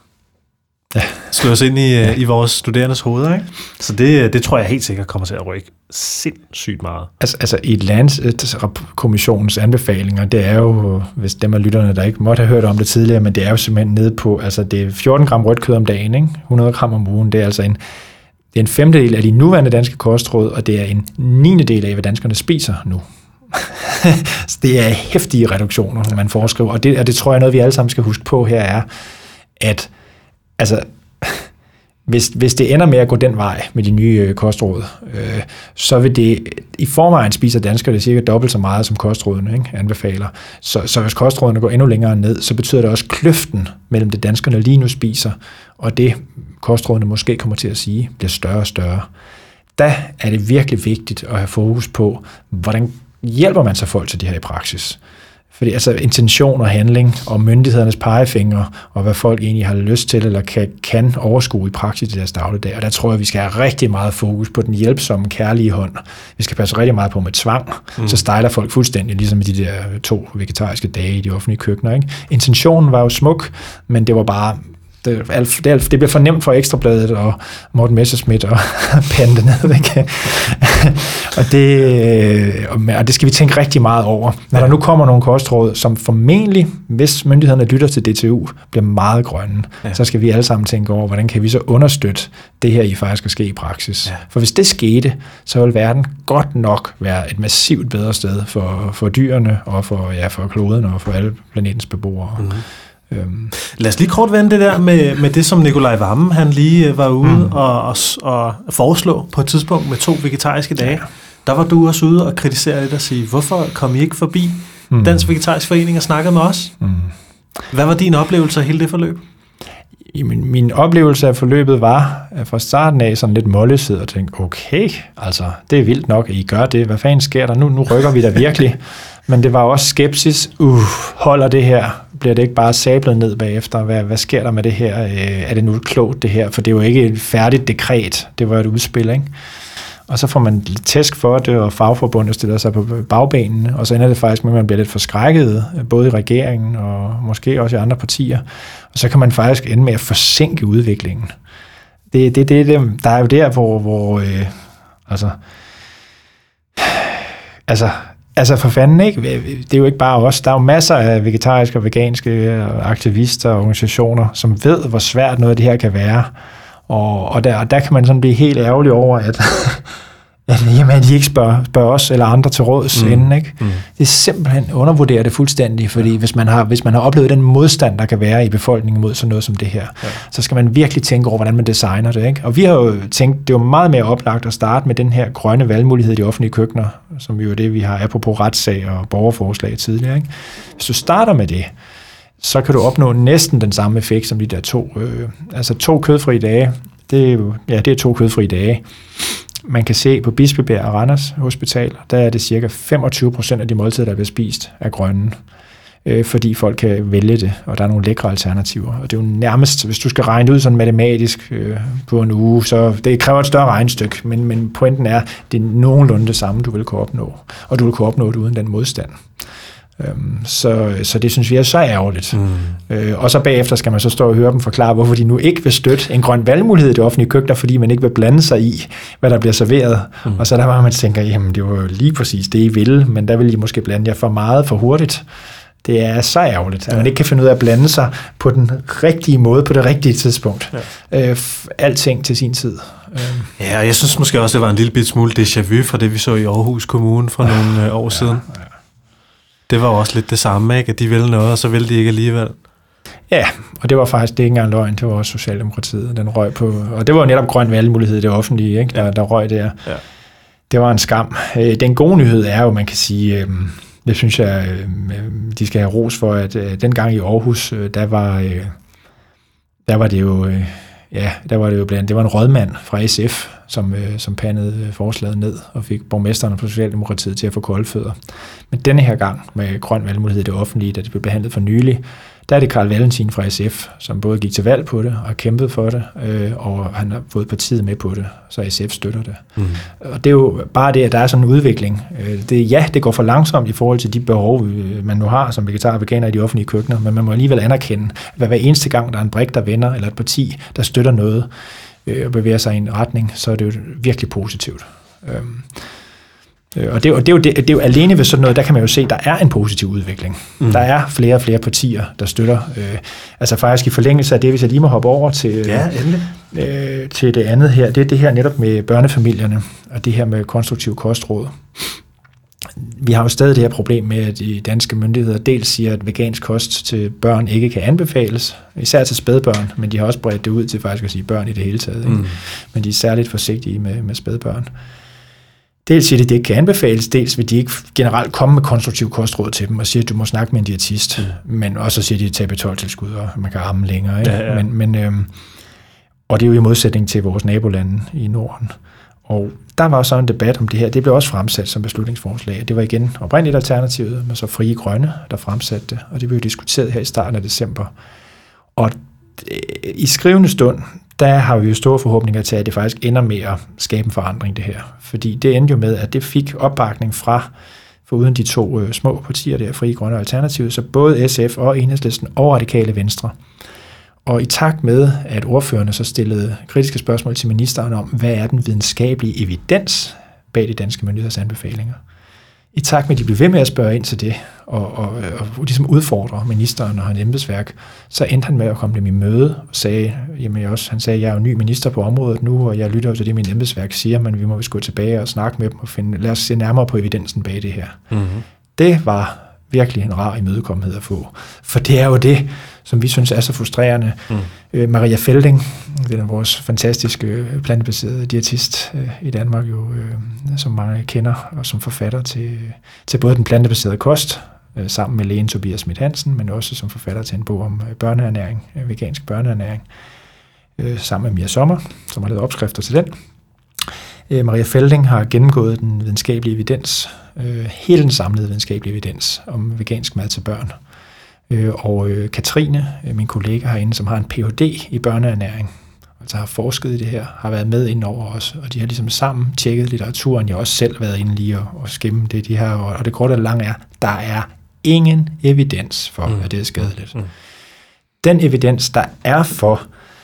slås ind i vores studerendes hoveder, ikke? Så det tror jeg helt sikkert kommer til at rykke sindssygt meget. Altså i Lancet-kommissionens anbefalinger, det er jo, hvis dem af lytterne, der ikke måtte have hørt om det tidligere, men det er jo simpelthen nede på, altså det er 14 gram rødt kød om dagen, ikke? 100 gram om ugen, det er altså en femtedel af de nuværende danske kostråd, og det er en 9. af, hvad danskerne spiser nu. Så det er heftige reduktioner, man foreskriver, og det tror jeg noget, vi alle sammen skal huske på her er, at altså, hvis det ender med at gå den vej med de nye kostråd, så vil det i forvejen spiser danskere cirka dobbelt så meget, som kostrådene, ikke, anbefaler. Så hvis kostrådene går endnu længere ned, så betyder det også kløften mellem det danskerne lige nu spiser, og det kostrådene måske kommer til at sige, bliver større og større. Der er det virkelig vigtigt at have fokus på, hvordan hjælper man så folk til det her i praksis. Fordi altså intention og handling og myndighedernes pegefingre og hvad folk egentlig har lyst til eller kan overskue i praksis i deres dagligdag. Og der tror jeg, vi skal have rigtig meget fokus på den hjælpsomme, kærlige hånd. Vi skal passe rigtig meget på med tvang. Så stejler folk fuldstændig, ligesom i de der 2 vegetariske dage i de offentlige køkkener, ikke? Intentionen var jo smuk, men det var bare Det bliver for nemt for Ekstrabladet og Morten Messerschmidt og pande ned, ikke? og det skal vi tænke rigtig meget over. Når der nu kommer nogle kostråd, som formentlig, hvis myndighederne lytter til DTU, bliver meget grønne, så skal vi alle sammen tænke over, hvordan kan vi så understøtte det her i faktisk at ske i praksis. Ja. For hvis det skete, så vil verden godt nok være et massivt bedre sted for dyrene og for kloden og for alle planetens beboere. Lad os lige kort vende det der med det, som Nikolaj Wammen, han lige var ude og foreslå på et tidspunkt med 2 vegetariske dage. Ja. Der var du også ude og kritisere lidt og sige, hvorfor kom I ikke forbi Dansk Vegetarisk Forening og snakkede med os? Hvad var din oplevelse af hele det forløb? Min oplevelse af forløbet var fra starten af sådan lidt mollesid og tænkte, okay, altså det er vildt nok, at I gør det. Hvad fanden sker der? Nu rykker vi da virkelig. Men det var også skepsis. Holder det her? Bliver det ikke bare sablet ned bagefter? Hvad sker der med det her? Er det nu klogt det her? For det er jo ikke et færdigt dekret. Det var et udspil, ikke? Og så får man lidt tæsk for det, og fagforbundet stiller sig på bagbenene, og så ender det faktisk med, at man bliver lidt forskrækket, både i regeringen og måske også i andre partier. Og så kan man faktisk ende med at forsinke udviklingen. Der er jo der, hvor altså for fanden, ikke? Det er jo ikke bare os. Der er jo masser af vegetariske og veganske aktivister og organisationer, som ved, hvor svært noget af det her kan være. Og der kan man sådan blive helt ærgerlig over, at jamen, de ikke spørger os eller andre til råds inden, ikke? Det er simpelthen undervurderet det fuldstændig, fordi hvis man har oplevet den modstand, der kan være i befolkningen mod sådan noget som det her, så skal man virkelig tænke over, hvordan man designer det, ikke? Og vi har jo tænkt, det er jo meget mere oplagt at starte med den her grønne valgmulighed i de offentlige køkkener, som jo er det, vi har apropos retssag og borgerforslag tidligere, ikke? Hvis du starter med det, så kan du opnå næsten den samme effekt som de der 2 kødfrie dage. Det er 2 kødfrie dage. Man kan se på Bispebjerg og Randers Hospital, der er det cirka 25% af de måltider, der bliver spist, er grønne, fordi folk kan vælge det, og der er nogle lækre alternativer. Og det er jo nærmest, hvis du skal regne ud sådan matematisk på en uge, så det kræver et større regnestykke, men pointen er, det er nogenlunde det samme, du vil kunne opnå, og du vil kunne opnå det uden den modstand. Så det synes vi er så ærgerligt. Og så bagefter skal man så stå og høre dem forklare, hvorfor de nu ikke vil støtte en grøn valgmulighed i det offentlige køkkener, fordi man ikke vil blande sig i, hvad der bliver serveret. Og så der var man tænker, jamen det var jo lige præcis det, I ville, men der vil I måske blande jer for meget, for hurtigt. Det er så ærgerligt, at man ikke kan finde ud af at blande sig på den rigtige måde, på det rigtige tidspunkt. Alting til sin tid. Ja, og jeg synes måske også, det var en lille bit smule déjà vu fra det, vi så i Aarhus Kommune for nogle år siden. Det var også lidt det samme, ikke? At de ville noget, og så ville de ikke alligevel. Ja, og det var faktisk det ikke engang løgn, det var også Socialdemokratiet, den røg på. Og det var netop grøn valgmulighed i det offentlige, ikke? Der røg der. Ja. Det var en skam. Den gode nyhed er jo, man kan sige, det synes jeg, de skal have ros for, at dengang i Aarhus, der var det jo blandt, det var en rådmand fra SF, som pandede forslaget ned og fik borgmesteren på Socialdemokratiet til at få kolde fødder. Men denne her gang med grøn valgmulighed i det offentlige, da det blev behandlet for nylig, der er det Carl Valentin fra SF, som både gik til valg på det og kæmpede for det, og han har fået partiet med på det, så SF støtter det. Og det er jo bare det, at der er sådan en udvikling. Det går for langsomt i forhold til de behov, man nu har som vegetar og veganer i de offentlige køkkener, men man må alligevel anerkende, at hver eneste gang, der er en brik, der vender, eller et parti, der støtter noget og bevæger sig i en retning, så er det jo virkelig positivt. Og det er jo alene ved sådan noget, der kan man jo se, der er en positiv udvikling. Der er flere og flere partier, der støtter. Altså faktisk i forlængelse af det, hvis jeg lige må hoppe over til, til det andet her, det er det her netop med børnefamilierne, og det her med konstruktiv kostråd. Vi har jo stadig det her problem med, at de danske myndigheder dels siger, at vegansk kost til børn ikke kan anbefales, især til spædbørn, men de har også bredt det ud til faktisk at sige børn i det hele taget. Ikke? Men de er særligt forsigtige med spædbørn. Dels siger de, at det ikke kan anbefales, dels vil de ikke generelt komme med konstruktiv kostråd til dem og sige, at du må snakke med en diætist, men også siger de, at tage B12-tilskud, og man kan amme længere. Ikke? Ja. Og det er jo i modsætning til vores nabolande i Norden. Og der var så en debat om det her. Det blev også fremsat som beslutningsforslag. Det var igen oprindeligt alternativet, men så Frie Grønne, der fremsatte det. Og det blev jo diskuteret her i starten af december. Og i skrivende stund, der har vi jo store forhåbninger til, at det faktisk ender med at skabe en forandring, det her. Fordi det endte jo med, at det fik opbakning fra foruden de 2 små partier der, Frie Grønne og Alternativet, så både SF og Enhedslisten og Radikale Venstre. Og i takt med, at ordførerne så stillede kritiske spørgsmål til ministeren om, hvad er den videnskabelige evidens bag de danske myndigheders anbefalinger, i takt med, at de blev ved med at spørge ind til det, og ligesom udfordre ministeren og hans embedsværk, så endte han med at komme dem i møde og sagde, han sagde, jeg er jo ny minister på området nu, og jeg lytter jo til det, min embedsværk siger, men vi må gå tilbage og snakke med dem og lad os se nærmere på evidensen bag det her. Mm-hmm. Det var virkelig en rar imødekommenhed at få. For det er jo det, som vi synes er så frustrerende. Maria Felding, den er vores fantastiske plantebaserede diætist i Danmark, som mange kender, og som forfatter til både den plantebaserede kost, sammen med lægen Tobias Schmidt Hansen, men også som forfatter til en bog om børneernæring, vegansk børneernæring, sammen med Mia Sommer, som har lavet opskrifter til den. Maria Felding har gennemgået den videnskabelige evidens, hele den samlede videnskabelige evidens om vegansk mad til børn. Og Katrine, min kollega herinde, som har en Ph.D. i børneernæring, altså har forsket i det her, har været med ind over os, og de har ligesom sammen tjekket litteraturen. Jeg har også selv været inde lige og skimme det, de her, og det korte og lange er, der er ingen evidens for, at det er skadeligt. Den evidens, der er for,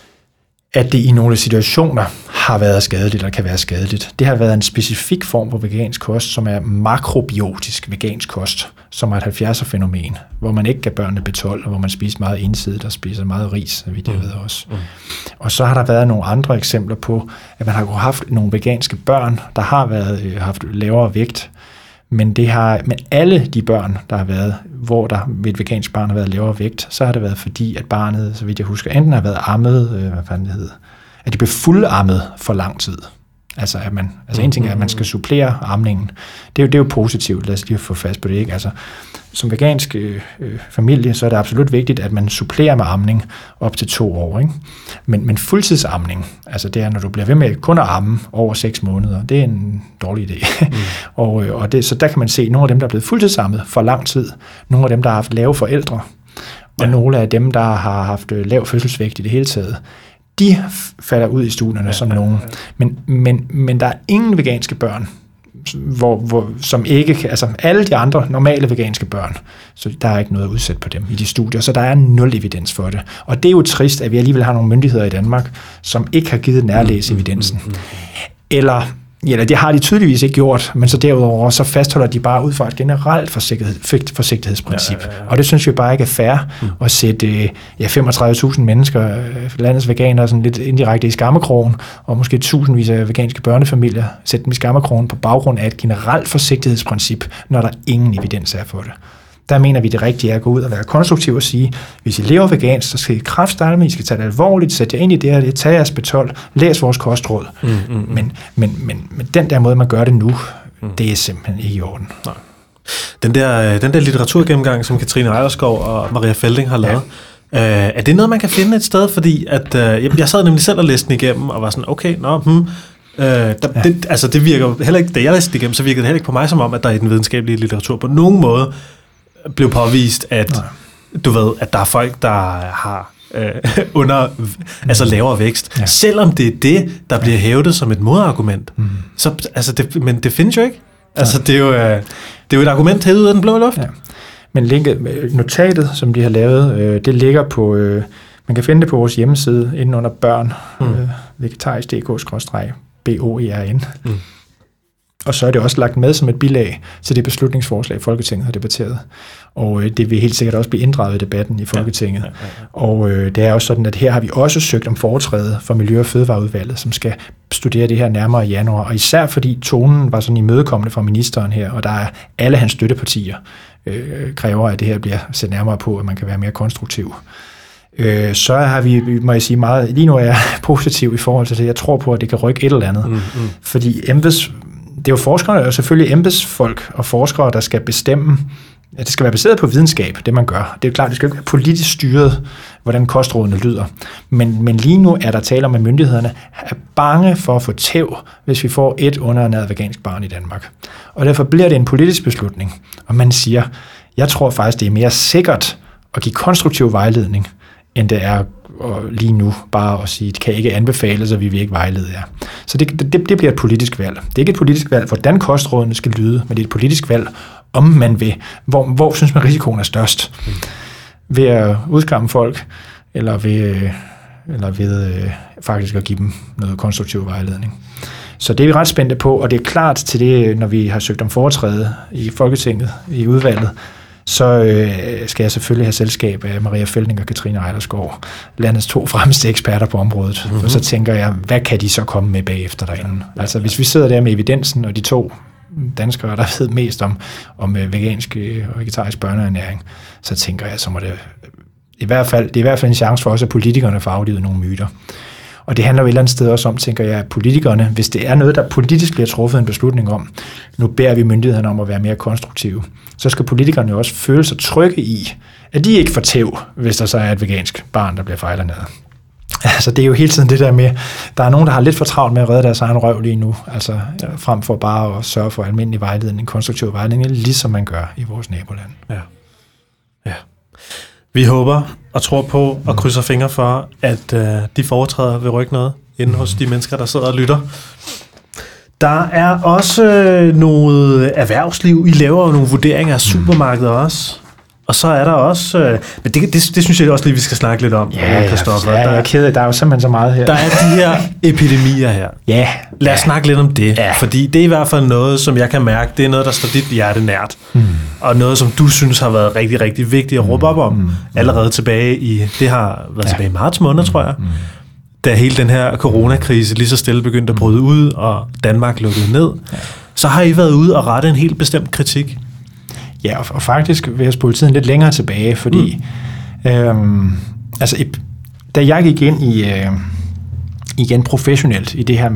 at det i nogle situationer har været skadeligt, eller kan være skadeligt. Det har været en specifik form for vegansk kost, som er makrobiotisk vegansk kost, som er et 70'er-fænomen, hvor man ikke gav børnene B12, og hvor man spiser meget ensidigt og spiser meget ris, så vidt jeg ved også. Og så har der været nogle andre eksempler på, at man har haft nogle veganske børn, der har haft lavere vægt, men alle de børn, der har været, hvor der ved et vegansk barn har været lavere vægt, så har det været fordi, at barnet, så vidt jeg husker, enten har været ammet, at de blev fuldammet for lang tid. Altså, en ting er, at man skal supplere amningen. Det er jo positivt, lad os lige få fast på det, ikke? Altså, som vegansk familie, så er det absolut vigtigt, at man supplerer med amning op til 2 år, ikke? Men fuldtidsamning, altså det er, når du bliver ved med kun at amme over 6 måneder, det er en dårlig idé. Så der kan man se nogle af dem, der er blevet fuldtidsammet for lang tid, nogle af dem, der har haft lave forældre, og nogle af dem, der har haft lav fødselsvægt i det hele taget, de falder ud i studierne som nogen. Men der er ingen veganske børn, som ikke kan, altså alle de andre normale veganske børn, så der er ikke noget udsat på dem i de studier, så der er 0 evidens for det. Og det er jo trist, at vi alligevel har nogle myndigheder i Danmark, som ikke har givet nærlæse evidensen. Eller det har de tydeligvis ikke gjort, men så derudover så fastholder de bare ud fra et generelt forsigtighedsprincip. Og det synes vi bare ikke er fair at sætte 35.000 mennesker, landets veganere, sådan lidt indirekte i skammekrogen, og måske tusindvis af veganske børnefamilier, sætte dem i skammekrogen på baggrund af et generelt forsigtighedsprincip, når der ingen evidens er for det. Der mener vi, det rigtige er at gå ud og være konstruktiv og sige, hvis I lever vegansk, så skal I kraftstarte med, I skal tage det alvorligt, sætte jer ind i det her, tage jeres B12, læs vores kostråd. Men den der måde, man gør det nu, det er simpelthen ikke i orden. Nej. Den der litteraturgennemgang, som Katrine Ejerskov og Maria Felding har lavet, er det noget, man kan finde et sted? Fordi at, jeg sad nemlig selv og læste den igennem, og var sådan, okay, det virker heller ikke, da jeg læste det igennem, så virkede det heller ikke på mig som om, at der i den videnskabelige litteratur på nogen måde blev påvist, at du ved, at der er folk, der har lavere vækst, selvom det er det, der bliver hævdet som et modargument. Så men det findes jo ikke. Altså det er jo et argument hævet ud af den blå luft. Ja. Men notatet, som de har lavet, det ligger på, man kan finde det på vores hjemmeside, inden under børn, vegetarisk.dk/BOERN. Og så er det også lagt med som et bilag til det beslutningsforslag, Folketinget har debatteret. Og det vil helt sikkert også blive inddraget i debatten i Folketinget. Og det er også sådan, at her har vi også søgt om foretræde for Miljø- og Fødevareudvalget, som skal studere det her nærmere i januar. Og især fordi tonen var sådan imødekommende fra ministeren her, og der er alle hans støttepartier kræver, at det her bliver set nærmere på, at man kan være mere konstruktiv. Så har vi, må jeg sige meget, lige nu er jeg positiv i forhold til det. Jeg tror på, at det kan rykke et eller andet. Fordi det er jo forskere, og selvfølgelig embedsfolk og forskere, der skal bestemme, at det skal være baseret på videnskab, det man gør. Det er jo klart, det skal ikke være politisk styret, hvordan kostrådene lyder. Men lige nu er der tale om, at myndighederne er bange for at få tæv, hvis vi får et underernæret vegansk barn i Danmark. Og derfor bliver det en politisk beslutning. Og man siger, jeg tror faktisk, det er mere sikkert at give konstruktiv vejledning, end det er lige nu bare at sige, det kan ikke anbefales, og vi vil ikke vejlede jer. Så det bliver et politisk valg. Det er ikke et politisk valg, hvordan kostrådene skal lyde, men det er et politisk valg, om man vil. Hvor synes man, risikoen er størst? Ved at udskamme folk, eller ved faktisk at give dem noget konstruktiv vejledning. Så det er vi ret spændte på, og det er klart til det, når vi har søgt om foretræde i Folketinget, i udvalget, så skal jeg selvfølgelig have selskab af Maria Felding og Katrine Ejlerskov, landets 2 fremmeste eksperter på området. Mm-hmm. Og så tænker jeg, hvad kan de så komme med bagefter derinde? Altså hvis vi sidder der med evidensen, og de 2 danskere, der ved mest om vegansk og vegetarisk børneernæring, så tænker jeg, så må det i hvert fald en chance for os, at politikerne får aflivet nogle myter. Og det handler jo et eller andet sted også om, tænker jeg, at politikerne, hvis det er noget, der politisk bliver truffet en beslutning om, nu beder vi myndighederne om at være mere konstruktive, så skal politikerne jo også føle sig trygge i, at de ikke får tæv, hvis der så er et vegansk barn, der bliver fejlernæret. Altså det er jo hele tiden det der med, der er nogen, der har lidt for travlt med at redde deres egen røv lige nu, altså frem for bare at sørge for almindelig vejledning, konstruktiv vejledning, ligesom man gør i vores naboland. Ja. Vi håber og tror på og krydser fingre for, at de foretræder vil rykke noget inde hos de mennesker, der sidder og lytter. Der er også noget erhvervsliv. I laver jo nogle vurderinger af supermarkeder også. Og så er der også... men det synes jeg også lige, vi skal snakke lidt om. Christoffer. Ja, jeg er ked af, der er jo simpelthen så meget her. Der er de her epidemier her. Ja. Lad os snakke lidt om det. Ja. Fordi det er i hvert fald noget, som jeg kan mærke, det er noget, der står dit hjerte nært. Og noget, som du synes har været rigtig, rigtig vigtigt at råbe op om. Allerede tilbage i... Det har været tilbage i marts måned, tror jeg. Da hele den her coronakrise lige så stille begyndte at bryde ud, og Danmark lukkede ned. Så har I været ude og rette en helt bestemt kritik. Ja, og faktisk vil jeg spole tiden lidt længere tilbage, fordi da jeg gik ind igen professionelt i det her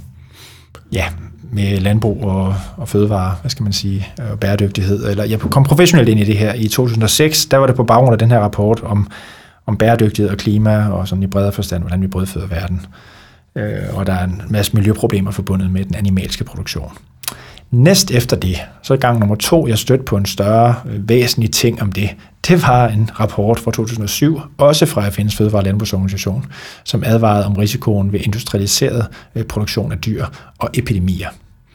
med landbrug og fødevare, hvad skal man sige, og bæredygtighed, eller jeg kom professionelt ind i det her i 2006, der var det på baggrund af den her rapport om bæredygtighed og klima, og sådan i bredere forstand, hvordan vi brødføder verden. Og der er en masse miljøproblemer forbundet med den animalske produktion. Næst efter det, så gang nummer 2, jeg stødte på en større væsentlig ting om det. Det var en rapport fra 2007, også fra FN's Fødevare- og Landbrugsorganisation, som advarede om risikoen ved industrialiseret produktion af dyr og epidemier.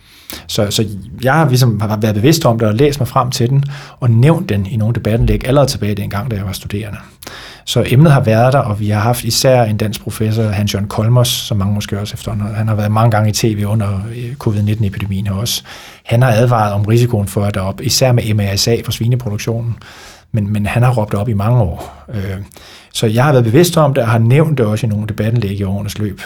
Så jeg har ligesom været bevidst om det og læst mig frem til den og nævnt den i nogle debatindlæg allerede tilbage dengang, da jeg var studerende. Så emnet har været der, og vi har haft især en dansk professor, Hans-Jørgen Kolmos, som mange måske også efterhånden. Han har været mange gange i tv under covid-19-epidemien også. Han har advaret om risikoen for at derop, især med MRSA for svineproduktionen, men han har råbt op i mange år. Så jeg har været bevidst om det og har nævnt det også i nogle debatindlæg i årenes løb.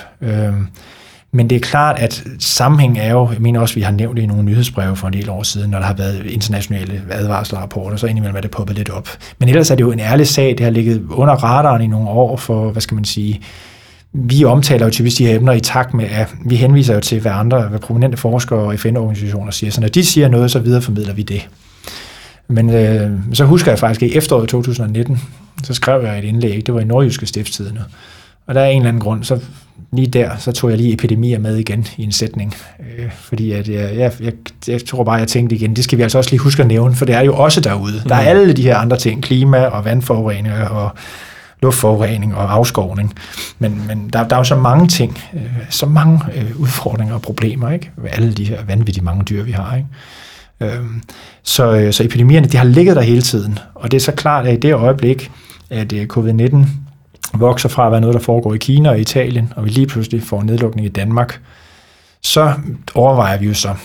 Men det er klart, at sammenhæng er jo, jeg mener også, vi har nævnt det i nogle nyhedsbreve for en del år siden, når der har været internationale advarslerrapporter, så indimellem er det poppet lidt op. Men ellers er det jo en ærlig sag, det har ligget under radaren i nogle år for, hvad skal man sige, vi omtaler jo typisk de her emner i takt med, at vi henviser jo til, hvad prominente forskere og FN-organisationer siger. Så når de siger noget, så videreformidler vi det. Men så husker jeg faktisk, at i efteråret 2019, så skrev jeg et indlæg, det var i Nordjyske Stiftstidende. Og der er en eller anden grund, så lige der, så tog jeg lige epidemier med igen i en sætning. Fordi at jeg tror bare, jeg tænkte igen, det skal vi altså også lige huske at nævne, for det er jo også derude. Der er alle de her andre ting, klima og vandforurening og luftforurening og afskovning. Men der er jo så mange ting, så mange udfordringer og problemer, ikke? Med alle de her vanvittigt mange dyr, vi har, ikke? Så epidemierne, de har ligget der hele tiden. Og det er så klart, at i det øjeblik, at covid-19 vokser fra at være noget, der foregår i Kina og Italien, og vi lige pludselig får en nedlukning i Danmark, så overvejer vi jo så,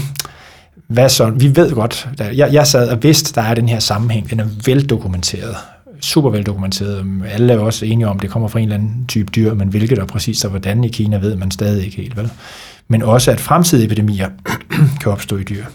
hvad så? Vi ved godt, jeg sad og vidste, der er den her sammenhæng, den er veldokumenteret, super veldokumenteret. Alle er også enige om, at det kommer fra en eller anden type dyr, men hvilket og præcis og hvordan i Kina ved man stadig ikke helt, vel? Men også, at fremtidige epidemier kan opstå i dyr.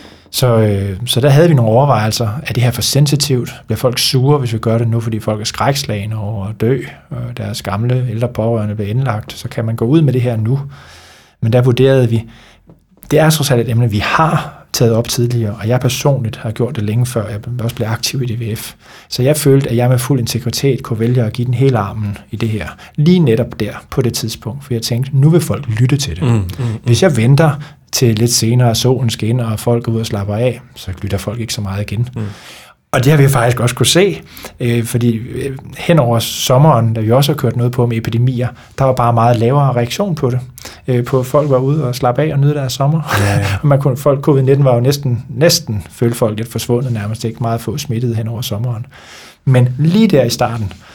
Så der havde vi nogle overvejelser. Er det her for sensitivt? Bliver folk sure, hvis vi gør det nu, fordi folk er skrækslagne over at dø, og deres gamle ældre pårørende bliver indlagt? Så kan man gå ud med det her nu. Men der vurderede vi, det er trods alt et emne, vi har taget op tidligere, og jeg personligt har gjort det længe før, jeg også blev aktiv i DVF. Så jeg følte, at jeg med fuld integritet kunne vælge at give den hele armen i det her. Lige netop der, på det tidspunkt. For jeg tænkte, nu vil folk lytte til det. Hvis jeg venter til lidt senere, solen skinner, og folk går ud og slapper af, så lytter folk ikke så meget igen. Og det har vi faktisk også kunne se, fordi hen over sommeren, da vi også har kørt noget på med epidemier, der var bare meget lavere reaktion på det. På folk var ude og slappe af og nyde deres sommer. Ja. Covid-19 var jo næsten følte folk lidt forsvundet, nærmest ikke meget få smittet hen over sommeren. Men lige der i starten,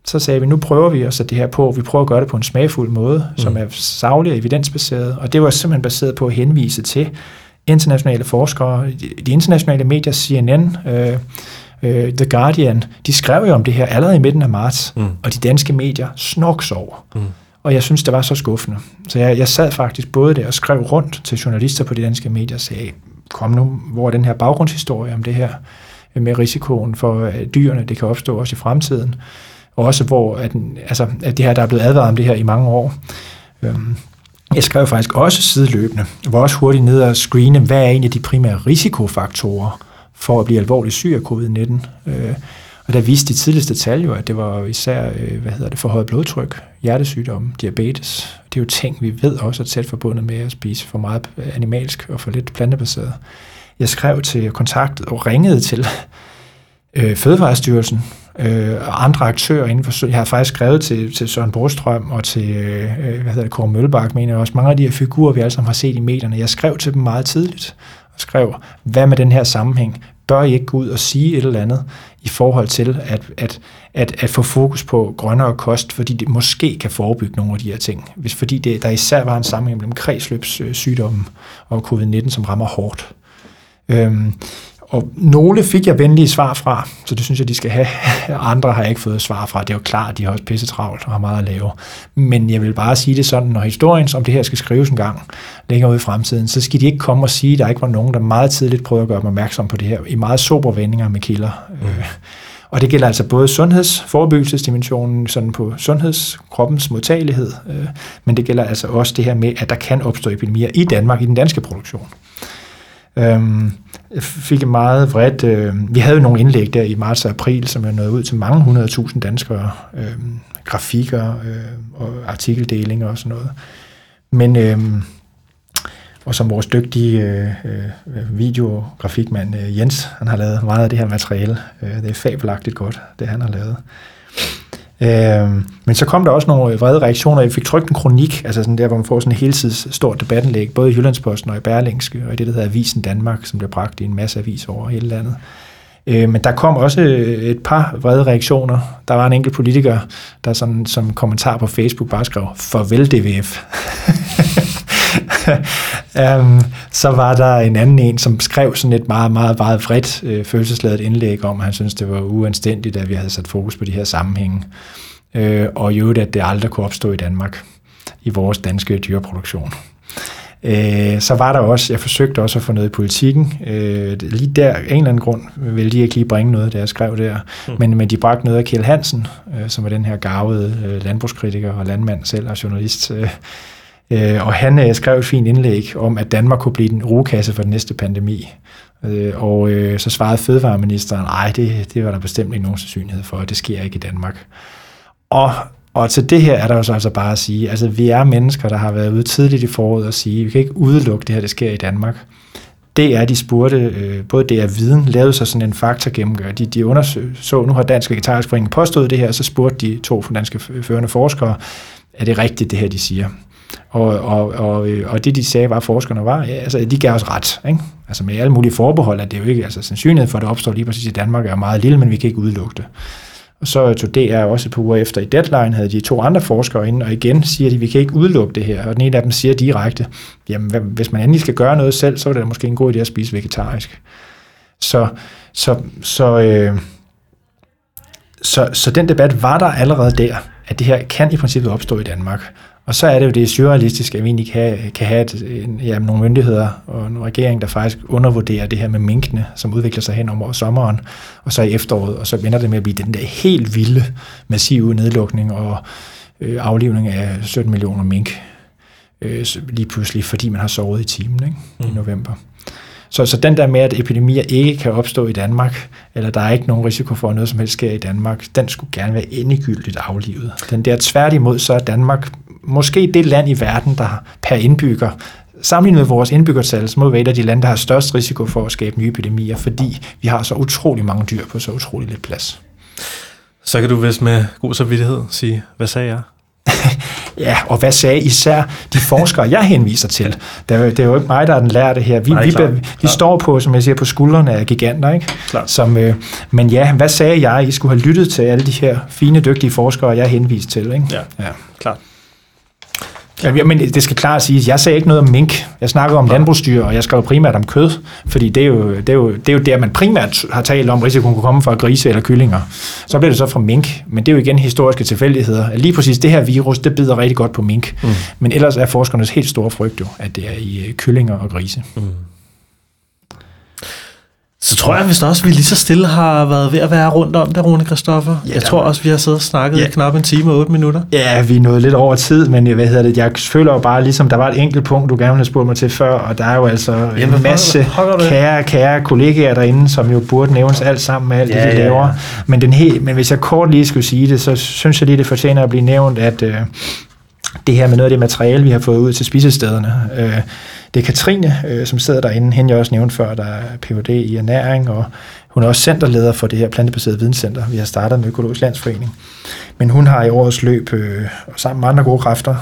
Så sagde vi, nu prøver vi at sætte det her på. Vi prøver at gøre det på en smagfuld måde, som er saglig og evidensbaseret. Og det var simpelthen baseret på at henvise til internationale forskere. De internationale medier, CNN, The Guardian, de skrev jo om det her allerede i midten af marts. Og de danske medier snorksov. Og jeg synes, det var så skuffende. Så jeg sad faktisk både der og skrev rundt til journalister på de danske medier og sagde, kom nu, hvor er den her baggrundshistorie om det her med risikoen for dyrene, det kan opstå også i fremtiden. Og også hvor at det her, der er blevet advaret om det her i mange år. Jeg skrev faktisk også sideløbende, var også hurtigt ned og screene, hvad er egentlig de primære risikofaktorer for at blive alvorligt syg af covid-19. Og der viste de tidligste tal jo, at det var især forhøjet blodtryk, hjertesygdomme, diabetes. Det er jo ting, vi ved også er tæt forbundet med at spise for meget animalsk og for lidt plantebaseret. Jeg skrev til kontakt og ringede til Fødevarestyrelsen og andre aktører inden for. Jeg har faktisk skrevet til Søren Brostrøm og til Kåre Møllebak, mener jeg også. Mange af de her figurer, vi alle sammen har set i medierne. Jeg skrev til dem meget tidligt og skrev, hvad med den her sammenhæng? Bør I ikke gå ud og sige et eller andet i forhold til at få fokus på grønnere kost, fordi det måske kan forebygge nogle af de her ting. Fordi der især var en sammenhæng mellem kredsløbssygdommen og covid-19, som rammer hårdt. Og nogle fik jeg venlige svar fra, så det synes jeg, de skal have. Andre har jeg ikke fået svar fra. Det er jo klart, at de har også pisse travlt og har meget at lave. Men jeg vil bare sige det sådan, når historien om det her skal skrives en gang længere ude i fremtiden, så skal de ikke komme og sige, at der ikke var nogen, der meget tidligt prøvede at gøre dem opmærksom på det her, i meget sobre vendinger med kilder. Og det gælder altså både sundhedsforebyggelsesdimensionen, sådan på sundhedskroppens modtagelighed, men det gælder altså også det her med, at der kan opstå epidemier i Danmark, i den danske produktion. Jeg fik meget vredt. Vi havde jo nogle indlæg der i marts og april, som er nået ud til mange 100.000 danskere, grafikker og artikeldelinger og sådan noget. Men og som vores dygtige videografikmand Jens, han har lavet meget af det her materiale. Det er fabelagtigt godt, det han har lavet. Men så kom der også nogle vrede reaktioner. Jeg fik trykt en kronik, altså sådan der, hvor man får sådan en heltids stort debatindlæg, både i Jyllandsposten og i Berlingske, og i det, der hedder Avisen Danmark, som bliver bragt i en masse aviser over hele landet. Men der kom også et par vrede reaktioner. Der var en enkelt politiker, der sådan, som kommentar på Facebook bare skrev, farvel DVF. Så var der en anden en, som skrev sådan et meget, meget, meget vredt følelsesladet indlæg om, at han syntes, det var uanstændigt, at vi havde sat fokus på de her sammenhænge. Og jo, at det aldrig kunne opstå i Danmark, i vores danske dyreproduktion. Så var der også, jeg forsøgte også at få noget i politikken. Lige der, en eller anden grund, ville de ikke lige bringe noget, da jeg skrev der. Men de bragte noget af Kjeld Hansen, som er den her garvede landbrugskritiker og landmand selv og journalist. Og han skrev et fint indlæg om, at Danmark kunne blive den rugekasse for den næste pandemi. Og så svarede fødevareministeren, nej, det var der bestemt ikke nogen sandsynlighed for, at det sker ikke i Danmark. Og til det her er der jo så altså bare at sige, altså vi er mennesker, der har været ude tidligt i foråret og sige, vi kan ikke udelukke det her, det sker i Danmark. Det er, de spurgte, både det er viden, lavede så sådan en faktagennemgør. De undersøgte, nu har Dansk Vegetarisk Forening påstået det her, og så spurgte de 2 danske førende forskere, er det rigtigt det her, de siger? Og det, de sagde, var forskerne var, ja, altså de gav os ret, ikke? Altså med alle mulige forbehold, at det jo ikke, altså sandsynlighed for, at det opstår lige præcis i Danmark, er meget lille, men vi kan ikke udelukke det. Og så tog DR også et par uger efter i Deadline, havde de 2 andre forskere inde, og igen siger de, vi kan ikke udelukke det her. Og den ene af dem siger direkte, jamen hvis man endelig skal gøre noget selv, så er det måske en god idé at spise vegetarisk. Så den debat var der allerede der, at det her kan i princippet opstå i Danmark. Og så er det jo det surrealistiske, at vi egentlig kan have nogle myndigheder og en regering, der faktisk undervurderer det her med minkene, som udvikler sig hen over sommeren, og så i efteråret, og så vender det med at blive den der helt vilde, massive nedlukning og aflivning af 17 millioner mink, lige pludselig, fordi man har sovet i timen, ikke? I november. Så den der med, at epidemier ikke kan opstå i Danmark, eller der er ikke nogen risiko for, at noget som helst sker i Danmark, den skulle gerne være endegyldigt aflivet. Den der tværtimod, så er Danmark måske det land i verden, der per indbygger, sammenlignet med vores indbyggertal, så må være et af de lande, der har størst risiko for at skabe nye epidemier, fordi vi har så utrolig mange dyr på så utrolig lidt plads. Så kan du vist med god samvittighed sige, hvad sagde jeg? Ja, og hvad sagde især de forskere, jeg henviser til? Det er jo ikke mig, der er den lærte her. Vi står på, som jeg siger, på skuldrene af giganter, ikke? Men ja, hvad sagde jeg? I skulle have lyttet til alle de her fine, dygtige forskere, jeg henviste til, ikke? Ja. Klart. Ja, men det skal klart siges, jeg sagde ikke noget om mink. Jeg snakkede om landbrugsdyr, og jeg skrev primært om kød, fordi det er jo der, man primært har talt om, risikoen kunne komme fra grise eller kyllinger. Så blev det så fra mink, men det er jo igen historiske tilfældigheder. Lige præcis det her virus, det bider rigtig godt på mink. Men ellers er forskernes helt store frygt jo, at det er i kyllinger og grise. Så tror jeg vist også, at vi lige så stille har været ved at være rundt om det, Rune Christoffer. Ja, jeg tror også, vi har siddet og snakket i knap 1 time og 8 minutter. Ja, vi er nået lidt over tid, men jeg føler jo bare, ligesom der var et enkelt punkt, du gerne ville spurgt mig til før, og der er jo altså en masse kære kollegaer derinde, som jo burde nævnes alt sammen med alt det, de laver. Men hvis jeg kort lige skulle sige det, så synes jeg lige, det fortjener at blive nævnt, at det her med noget af det materiale, vi har fået ud til spisestederne. Det er Katrine, som sidder derinde, hende jeg også nævnte før, der er Ph.D. i ernæring, og hun er også centerleder for det her plantebaserede videnscenter, vi har startet med Økologisk Landsforening. Men hun har i årets løb, og sammen med andre gode kræfter,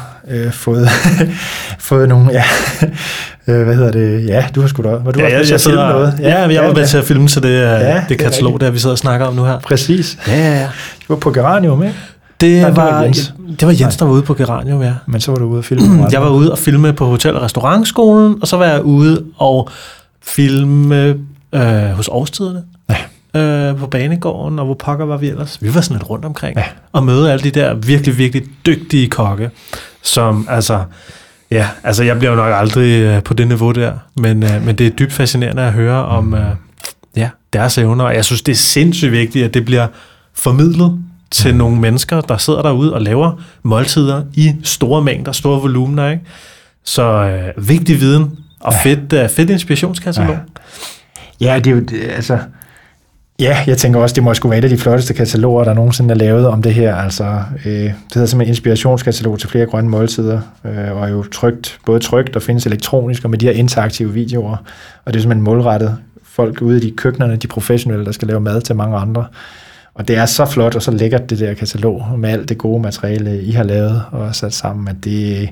fået nogle, hvad hedder det, ja, du har sgu da, var du også med til at filme noget? Jeg var med til at filme til det katalog, der vi sidder og snakker om nu her. Præcis. Ja. Du var på Geranium, ikke? Det var Jens, der var ude på Geranium, ja. Men så var du ude og filme? Jeg var ude og filme på Hotel- og Restaurantskolen, og så var jeg ude og filme hos Årstiderne. På Banegården, og hvor pokker var vi ellers? Vi var sådan lidt rundt omkring, og møde alle de der virkelig, virkelig dygtige kokke, som jeg bliver jo nok aldrig på det niveau der, men det er dybt fascinerende at høre om deres evner, og jeg synes, det er sindssygt vigtigt, at det bliver formidlet til nogle mennesker, der sidder derude og laver måltider i store mængder, store volumener, ikke? Så vigtig viden og fedt inspirationskatalog. Ja, det er jo altså. Ja, jeg tænker også, det må sgu være et af de flotteste kataloger, der nogensinde er lavet om det her. Altså, det hedder simpelthen inspirationskatalog til flere grønne måltider, og er jo både trykt og findes elektronisk, og med de her interaktive videoer. Og det er simpelthen målrettet folk ude i de køkkenerne, de professionelle, der skal lave mad til mange andre. Og det er så flot og så lækkert, det der katalog, med alt det gode materiale, I har lavet og sat sammen, at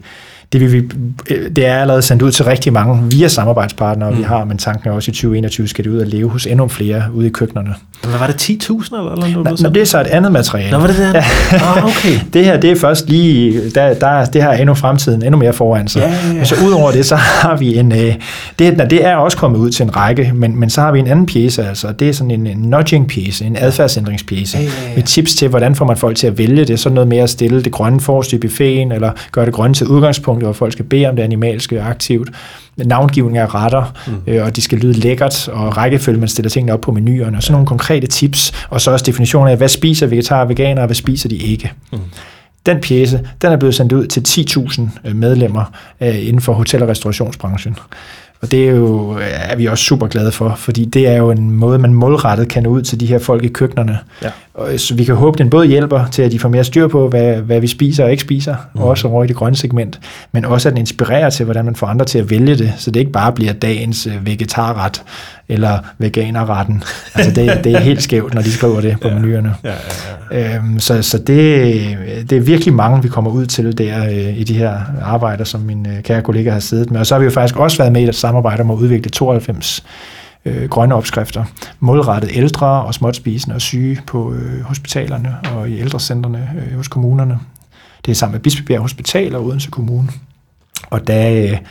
det er allerede sendt ud til rigtig mange via samarbejdspartnere, vi har, men tanken er også i 2021 skal det ud og leve hos endnu flere ude i køkkenerne. Hvad var det, 10.000 eller noget? Nej, det er så et andet materiale. Nå, var det det? Ja. Okay. Det her, det er først lige, det har endnu fremtiden, endnu mere foran sig. Ja. Så udover det, så har vi det er også kommet ud til en række, men så har vi en anden pjece, altså det er sådan en nudging-pjece, en adfærdsændringspjece, med tips til, hvordan får man folk til at vælge det, sådan noget mere at stille det grønne forrest i buffeten, eller gøre det grønne til udgangspunkt, hvor folk skal bede om det animalske aktivt, navngivning af retter, og de skal lyde lækkert, og rækkefølge, man stiller tingene op på menuerne, og sådan nogle konkrete tips, og så også definitioner af, hvad spiser vegetarer og veganere, og hvad spiser de ikke. Den pjece, den er blevet sendt ud til 10.000 medlemmer inden for hotel- og restaurationsbranchen. Og det er vi også super glade for, fordi det er jo en måde, man målrettet kan nå ud til de her folk i køkkenerne. Ja. Så vi kan håbe, den både hjælper til, at de får mere styr på, hvad vi spiser og ikke spiser, og også over i det grønne segment, men også at den inspirerer til, hvordan man får andre til at vælge det, så det ikke bare bliver dagens vegetarret eller veganerretten. Altså det er helt skævt, når de skriver det på menuerne. Så det er virkelig mange, vi kommer ud til der i de her arbejder, som min kære kollega har siddet med. Og så har vi jo faktisk også været med i et samarbejde om at udvikle 92 grønne opskrifter, målrettet ældre og småtspisende og syge på hospitalerne og i ældrecentrene hos kommunerne. Det er sammen med Bispebjerg Hospital og Odense Kommune. Og det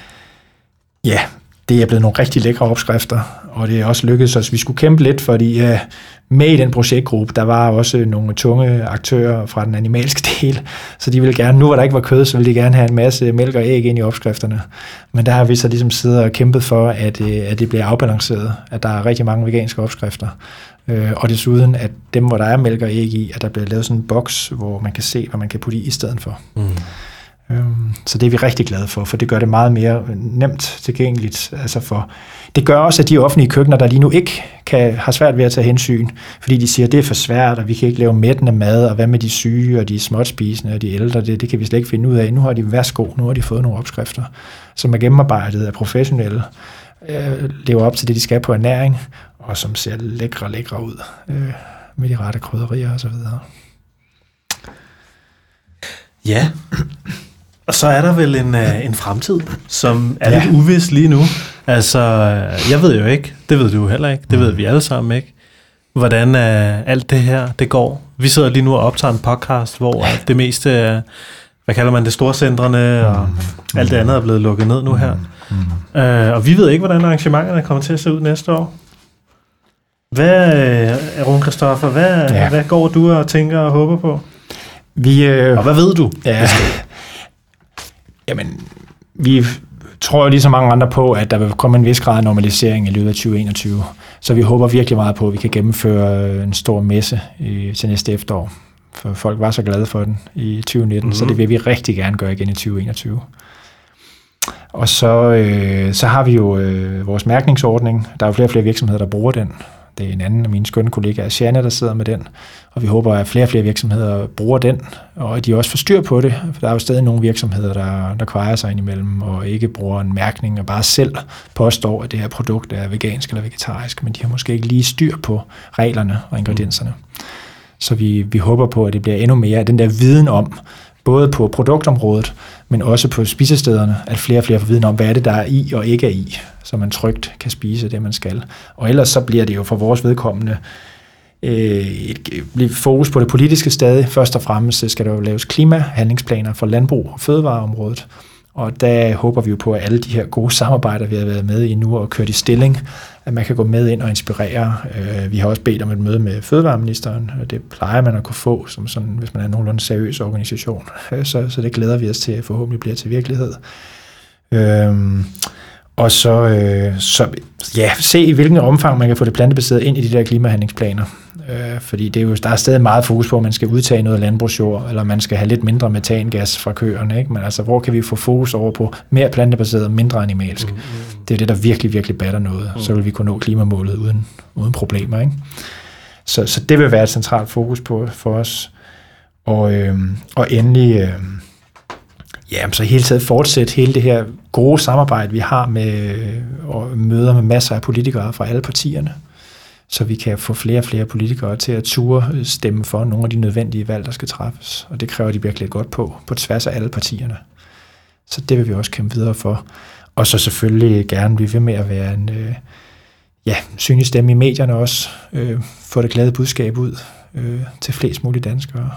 er blevet nogle rigtig lækre opskrifter, og det er også lykkedes os. Vi skulle kæmpe lidt, fordi med i den projektgruppe, der var også nogle tunge aktører fra den animalske del, så de ville gerne, nu hvor der ikke var kød, så ville de gerne have en masse mælk og æg ind i opskrifterne. Men der har vi så ligesom siddet og kæmpet for, at det bliver afbalanceret, at der er rigtig mange veganske opskrifter. Og desuden, at dem, hvor der er mælk og æg i, at der bliver lavet sådan en boks, hvor man kan se, hvad man kan putte i stedet for. Så det er vi rigtig glade for det gør det meget mere nemt tilgængeligt. Altså det gør også, at de offentlige køkkener, der lige nu ikke har svært ved at tage hensyn, fordi de siger, at det er for svært, og vi kan ikke lave mættende mad, og hvad med de syge, og de småtspisende, og de ældre, det kan vi slet ikke finde ud af. Nu har de nu har de fået nogle opskrifter, som er gennemarbejdet af professionelle, lever op til det, de skal på ernæring, og som ser lækre ud med de rette krydderier og så videre. Ja, og så er der vel en fremtid, som er lidt uvis lige nu. Altså, jeg ved jo ikke, det ved du jo heller ikke, det ved vi alle sammen ikke, hvordan alt det her, det går. Vi sidder lige nu og optager en podcast, hvor det meste af, hvad kalder man det, storcentrene og alt det andet er blevet lukket ned nu her. Og vi ved ikke, hvordan arrangementerne kommer til at se ud næste år. Rune Christoffer, hvad går du og tænker og håber på? Og hvad ved du? Ja. Jamen, vi tror jo lige så mange andre på, at der vil komme en vis grad af normalisering i løbet af 2021. Så vi håber virkelig meget på, at vi kan gennemføre en stor messe til næste efterår. For folk var så glade for den i 2019, så det vil vi rigtig gerne gøre igen i 2021. Og så har vi jo vores mærkningsordning. Der er jo flere og flere virksomheder, der bruger den. Det er en anden af mine skønne kollegaer, Sjane, der sidder med den. Og vi håber, at flere og flere virksomheder bruger den, og at de også får styr på det. For der er jo stadig nogle virksomheder, der kvejer sig indimellem, og ikke bruger en mærkning, og bare selv påstår, at det her produkt er vegansk eller vegetarisk, men de har måske ikke lige styr på reglerne og ingredienserne. Så vi håber på, at det bliver endnu mere af den der viden om, både på produktområdet, men også på spisestederne, at flere og flere får viden om, hvad er det, der er i og ikke er i, så man trygt kan spise det, man skal. Og ellers så bliver det jo for vores vedkommende et fokus på det politiske stadig. Først og fremmest skal der jo laves klimahandlingsplaner for landbrug og fødevareområdet, og der håber vi jo på, at alle de her gode samarbejder, vi har været med i nu og kørt i stilling, at man kan gå med ind og inspirere. Vi har også bedt om et møde med fødevareministeren, og det plejer man at kunne få, som sådan, hvis man er en nogenlunde seriøs organisation. Så det glæder vi os til, at forhåbentlig bliver til virkelighed. Og så se i hvilken omfang man kan få det plantebaseret ind i de der klimahandlingsplaner. Fordi det er jo, der er stadig meget fokus på, at man skal udtage noget landbrugsjord, eller man skal have lidt mindre metangas fra køerne. Ikke? Men altså, hvor kan vi få fokus over på mere plantebaseret og mindre animalsk? Det er det, der virkelig, virkelig batter noget. Så vil vi kunne nå klimamålet uden problemer. Ikke? Så det vil være et centralt fokus på for os. Og endelig... så hele tiden fortsætte hele det her gode samarbejde, vi har med og møder med masser af politikere fra alle partierne, så vi kan få flere og flere politikere til at turde stemme for nogle af de nødvendige valg, der skal træffes. Og det kræver de virkelig godt på tværs af alle partierne. Så det vil vi også kæmpe videre for. Og så selvfølgelig gerne blive ved med at være en synlig stemme i medierne også. Få det glade budskab ud til flest mulige danskere.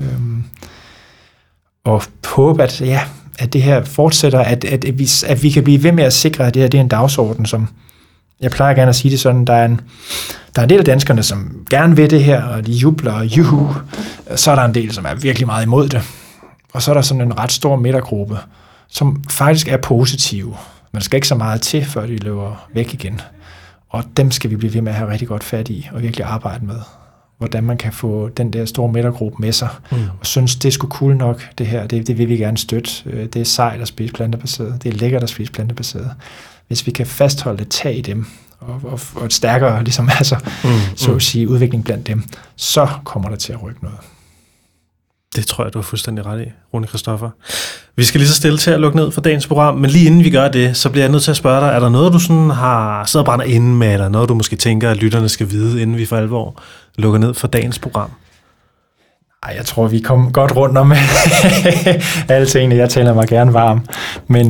Og håbe, at det her fortsætter, at vi kan blive ved med at sikre, at det her det er en dagsorden, som jeg plejer gerne at sige det sådan, der er en del af danskerne, som gerne vil det her, og de jubler og juhu. Så er der en del, som er virkelig meget imod det. Og så er der sådan en ret stor midtergruppe, som faktisk er positive. Man skal ikke så meget til, før de løber væk igen. Og dem skal vi blive ved med at have rigtig godt fat i, og virkelig arbejde med. Hvordan man kan få den der store midtergruppe med sig, og synes, det er sgu cool nok, det her, det vil vi gerne støtte. Det er sejt at spise plantebaseret, det er lækkert at spise plantebaseret. Hvis vi kan fastholde et tag i dem, og et stærkere, ligesom, så at sige, udvikling blandt dem, så kommer der til at rykke noget. Det tror jeg, du har fuldstændig ret i, Rune Christoffer. Vi skal lige så stille til at lukke ned for dagens program, men lige inden vi gør det, så bliver jeg nødt til at spørge dig, er der noget, du sådan har siddet og brænder inde med, eller noget, du måske tænker, at lytterne skal vide, inden vi for alvor lukker ned for dagens program? Nej, jeg tror, vi kom godt rundt om alle tingene. Jeg taler mig gerne varm. Men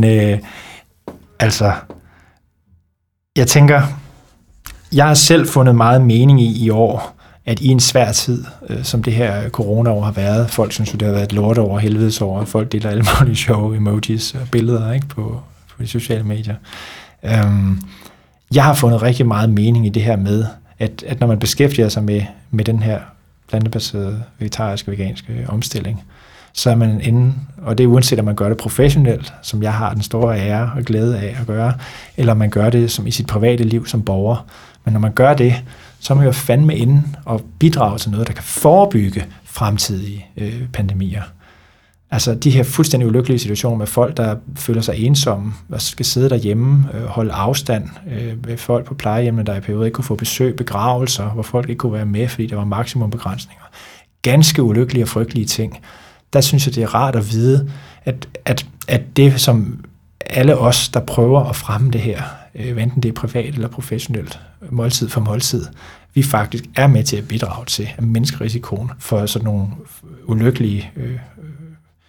jeg tænker, jeg har selv fundet meget mening i år, at i en svær tid, som det her corona-år har været, folk synes jo, det har været et lorteår, helvedesår, folk deler alle mulige sjove emojis og billeder, ikke, på de sociale medier. Jeg har fundet rigtig meget mening i det her med, at når man beskæftiger sig med den her plantebaserede, vegetariske, veganske omstilling, så er man inde, og det er uanset om man gør det professionelt, som jeg har den store ære og glæde af at gøre, eller man gør det som i sit private liv som borger. Men når man gør det, så er man jo fandme inde og bidrage til noget, der kan forebygge fremtidige pandemier. Altså de her fuldstændig ulykkelige situationer med folk, der føler sig ensomme, og skal sidde derhjemme, holde afstand ved folk på plejehjemmene, der i perioder ikke kunne få besøg, begravelser, hvor folk ikke kunne være med, fordi der var maksimumbegrænsninger. Ganske ulykkelige og frygtelige ting. Der synes jeg, det er rart at vide, at det, som alle os, der prøver at fremme det her, enten det er privat eller professionelt, måltid for måltid, vi faktisk er med til at bidrage til at mindske risikoen for sådan nogle ulykkelige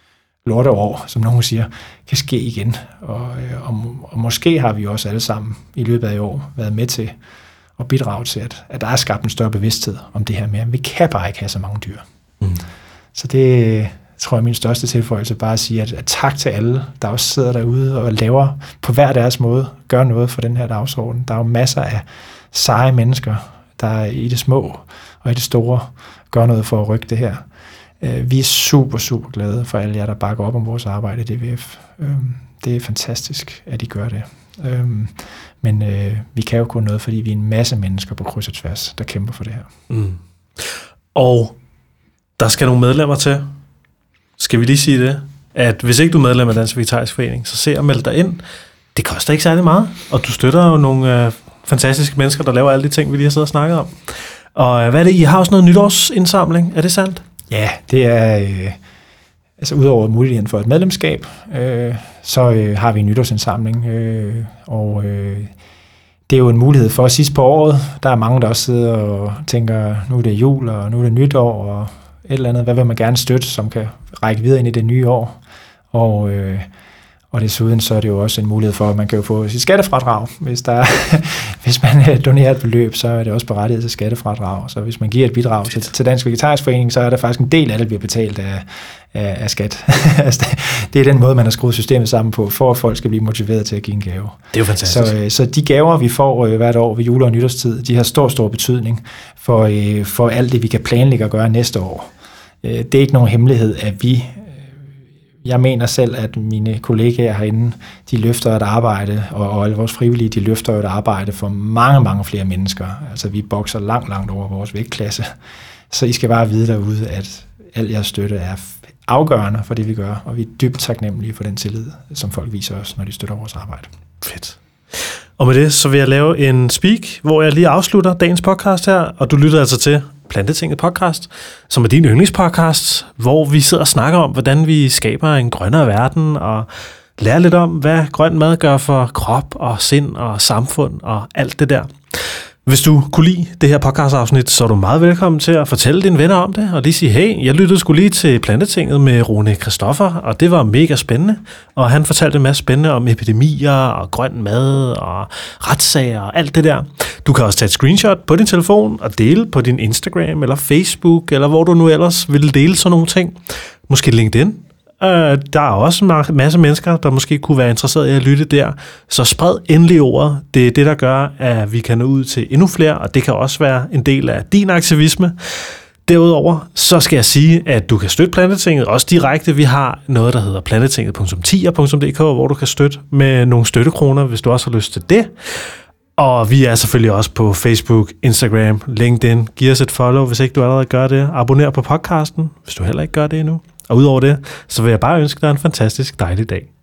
lorteår, som nogen siger, kan ske igen. Og måske har vi også alle sammen i løbet af i år været med til at bidrage til, at der er skabt en større bevidsthed om det her med, at vi kan bare ikke have så mange dyr. Så det tror jeg er min største tilføjelse, bare at sige, at tak til alle, der også sidder derude og laver på hver deres måde, gør noget for den her dagsorden. Der er jo masser af seje mennesker, der i det små og i det store gør noget for at rykke det her. Vi er super, super glade for alle jer, der bakker op om vores arbejde i DVF. Det er fantastisk, at I gør det. Men vi kan jo kun noget, fordi vi er en masse mennesker på kryds og tværs, der kæmper for det her. Og der skal nogle medlemmer til. Skal vi lige sige det? At hvis ikke du er medlem af Dansk Vegetarisk Forening, så se og meld dig ind. Det koster ikke særlig meget, og du støtter jo nogle fantastiske mennesker, der laver alle de ting, vi lige har siddet og snakket om. Og hvad er det? I har også noget nytårsindsamling, er det sandt? Ja, det er... Altså udover muligheden for et medlemskab, så har vi en nytårsindsamling, og det er jo en mulighed for sidst på året. Der er mange, der også sidder og tænker, nu er det jul, og nu er det nytår, og et eller andet. Hvad vil man gerne støtte, som kan række videre ind i det nye år? Og desuden så er det jo også en mulighed for, at man kan jo få sit skattefradrag. Hvis man donerer et beløb, så er det også berettiget til skattefradrag. Så hvis man giver et bidrag til Dansk Vegetarisk Forening, så er der faktisk en del af det, der bliver betalt af skat. Det er den måde, man har skruet systemet sammen på, for at folk skal blive motiveret til at give en gave. Det er jo fantastisk. Så de gaver, vi får hvert år ved jule- og nytårstid, de har stor betydning for alt det, vi kan planlægge at gøre næste år. Det er ikke nogen hemmelighed, at jeg mener selv, at mine kollegaer herinde, de løfter et arbejde, og alle vores frivillige, de løfter et arbejde for mange, mange flere mennesker. Altså vi bokser langt over vores vægtklasse. Så I skal bare vide derude, at al jeres støtte er afgørende for det, vi gør, og vi er dybt taknemmelige for den tillid, som folk viser os, når de støtter vores arbejde. Fedt. Og med det, så vil jeg lave en speak, hvor jeg lige afslutter dagens podcast her, og du lytter altså til Plantetinget podcast, som er din yndlingspodcast, hvor vi sidder og snakker om, hvordan vi skaber en grønnere verden, og lærer lidt om, hvad grøn mad gør for krop og sind og samfund og alt det der. Hvis du kunne lide det her podcastafsnit, så er du meget velkommen til at fortælle dine venner om det, og lige sige, hey, jeg lyttede sgu lige til Plantetinget med Rune Christoffer, og det var mega spændende, og han fortalte en masse spændende om epidemier og grøn mad og retssager og alt det der. Du kan også tage et screenshot på din telefon og dele på din Instagram eller Facebook, eller hvor du nu ellers vil dele sådan nogle ting. Måske LinkedIn. Der er også en masse mennesker, der måske kunne være interesseret i at lytte der. Så spred endelig ordet. Det er det, der gør, at vi kan nå ud til endnu flere, og det kan også være en del af din aktivisme. Derudover, så skal jeg sige, at du kan støtte Plantetinget også direkte. Vi har noget, der hedder plantetinget.10.dk, hvor du kan støtte med nogle støttekroner, hvis du også har lyst til det. Og vi er selvfølgelig også på Facebook, Instagram, LinkedIn. Giv os et follow, hvis ikke du allerede gør det. Abonner på podcasten, hvis du heller ikke gør det endnu. Og udover det, så vil jeg bare ønske dig en fantastisk dejlig dag.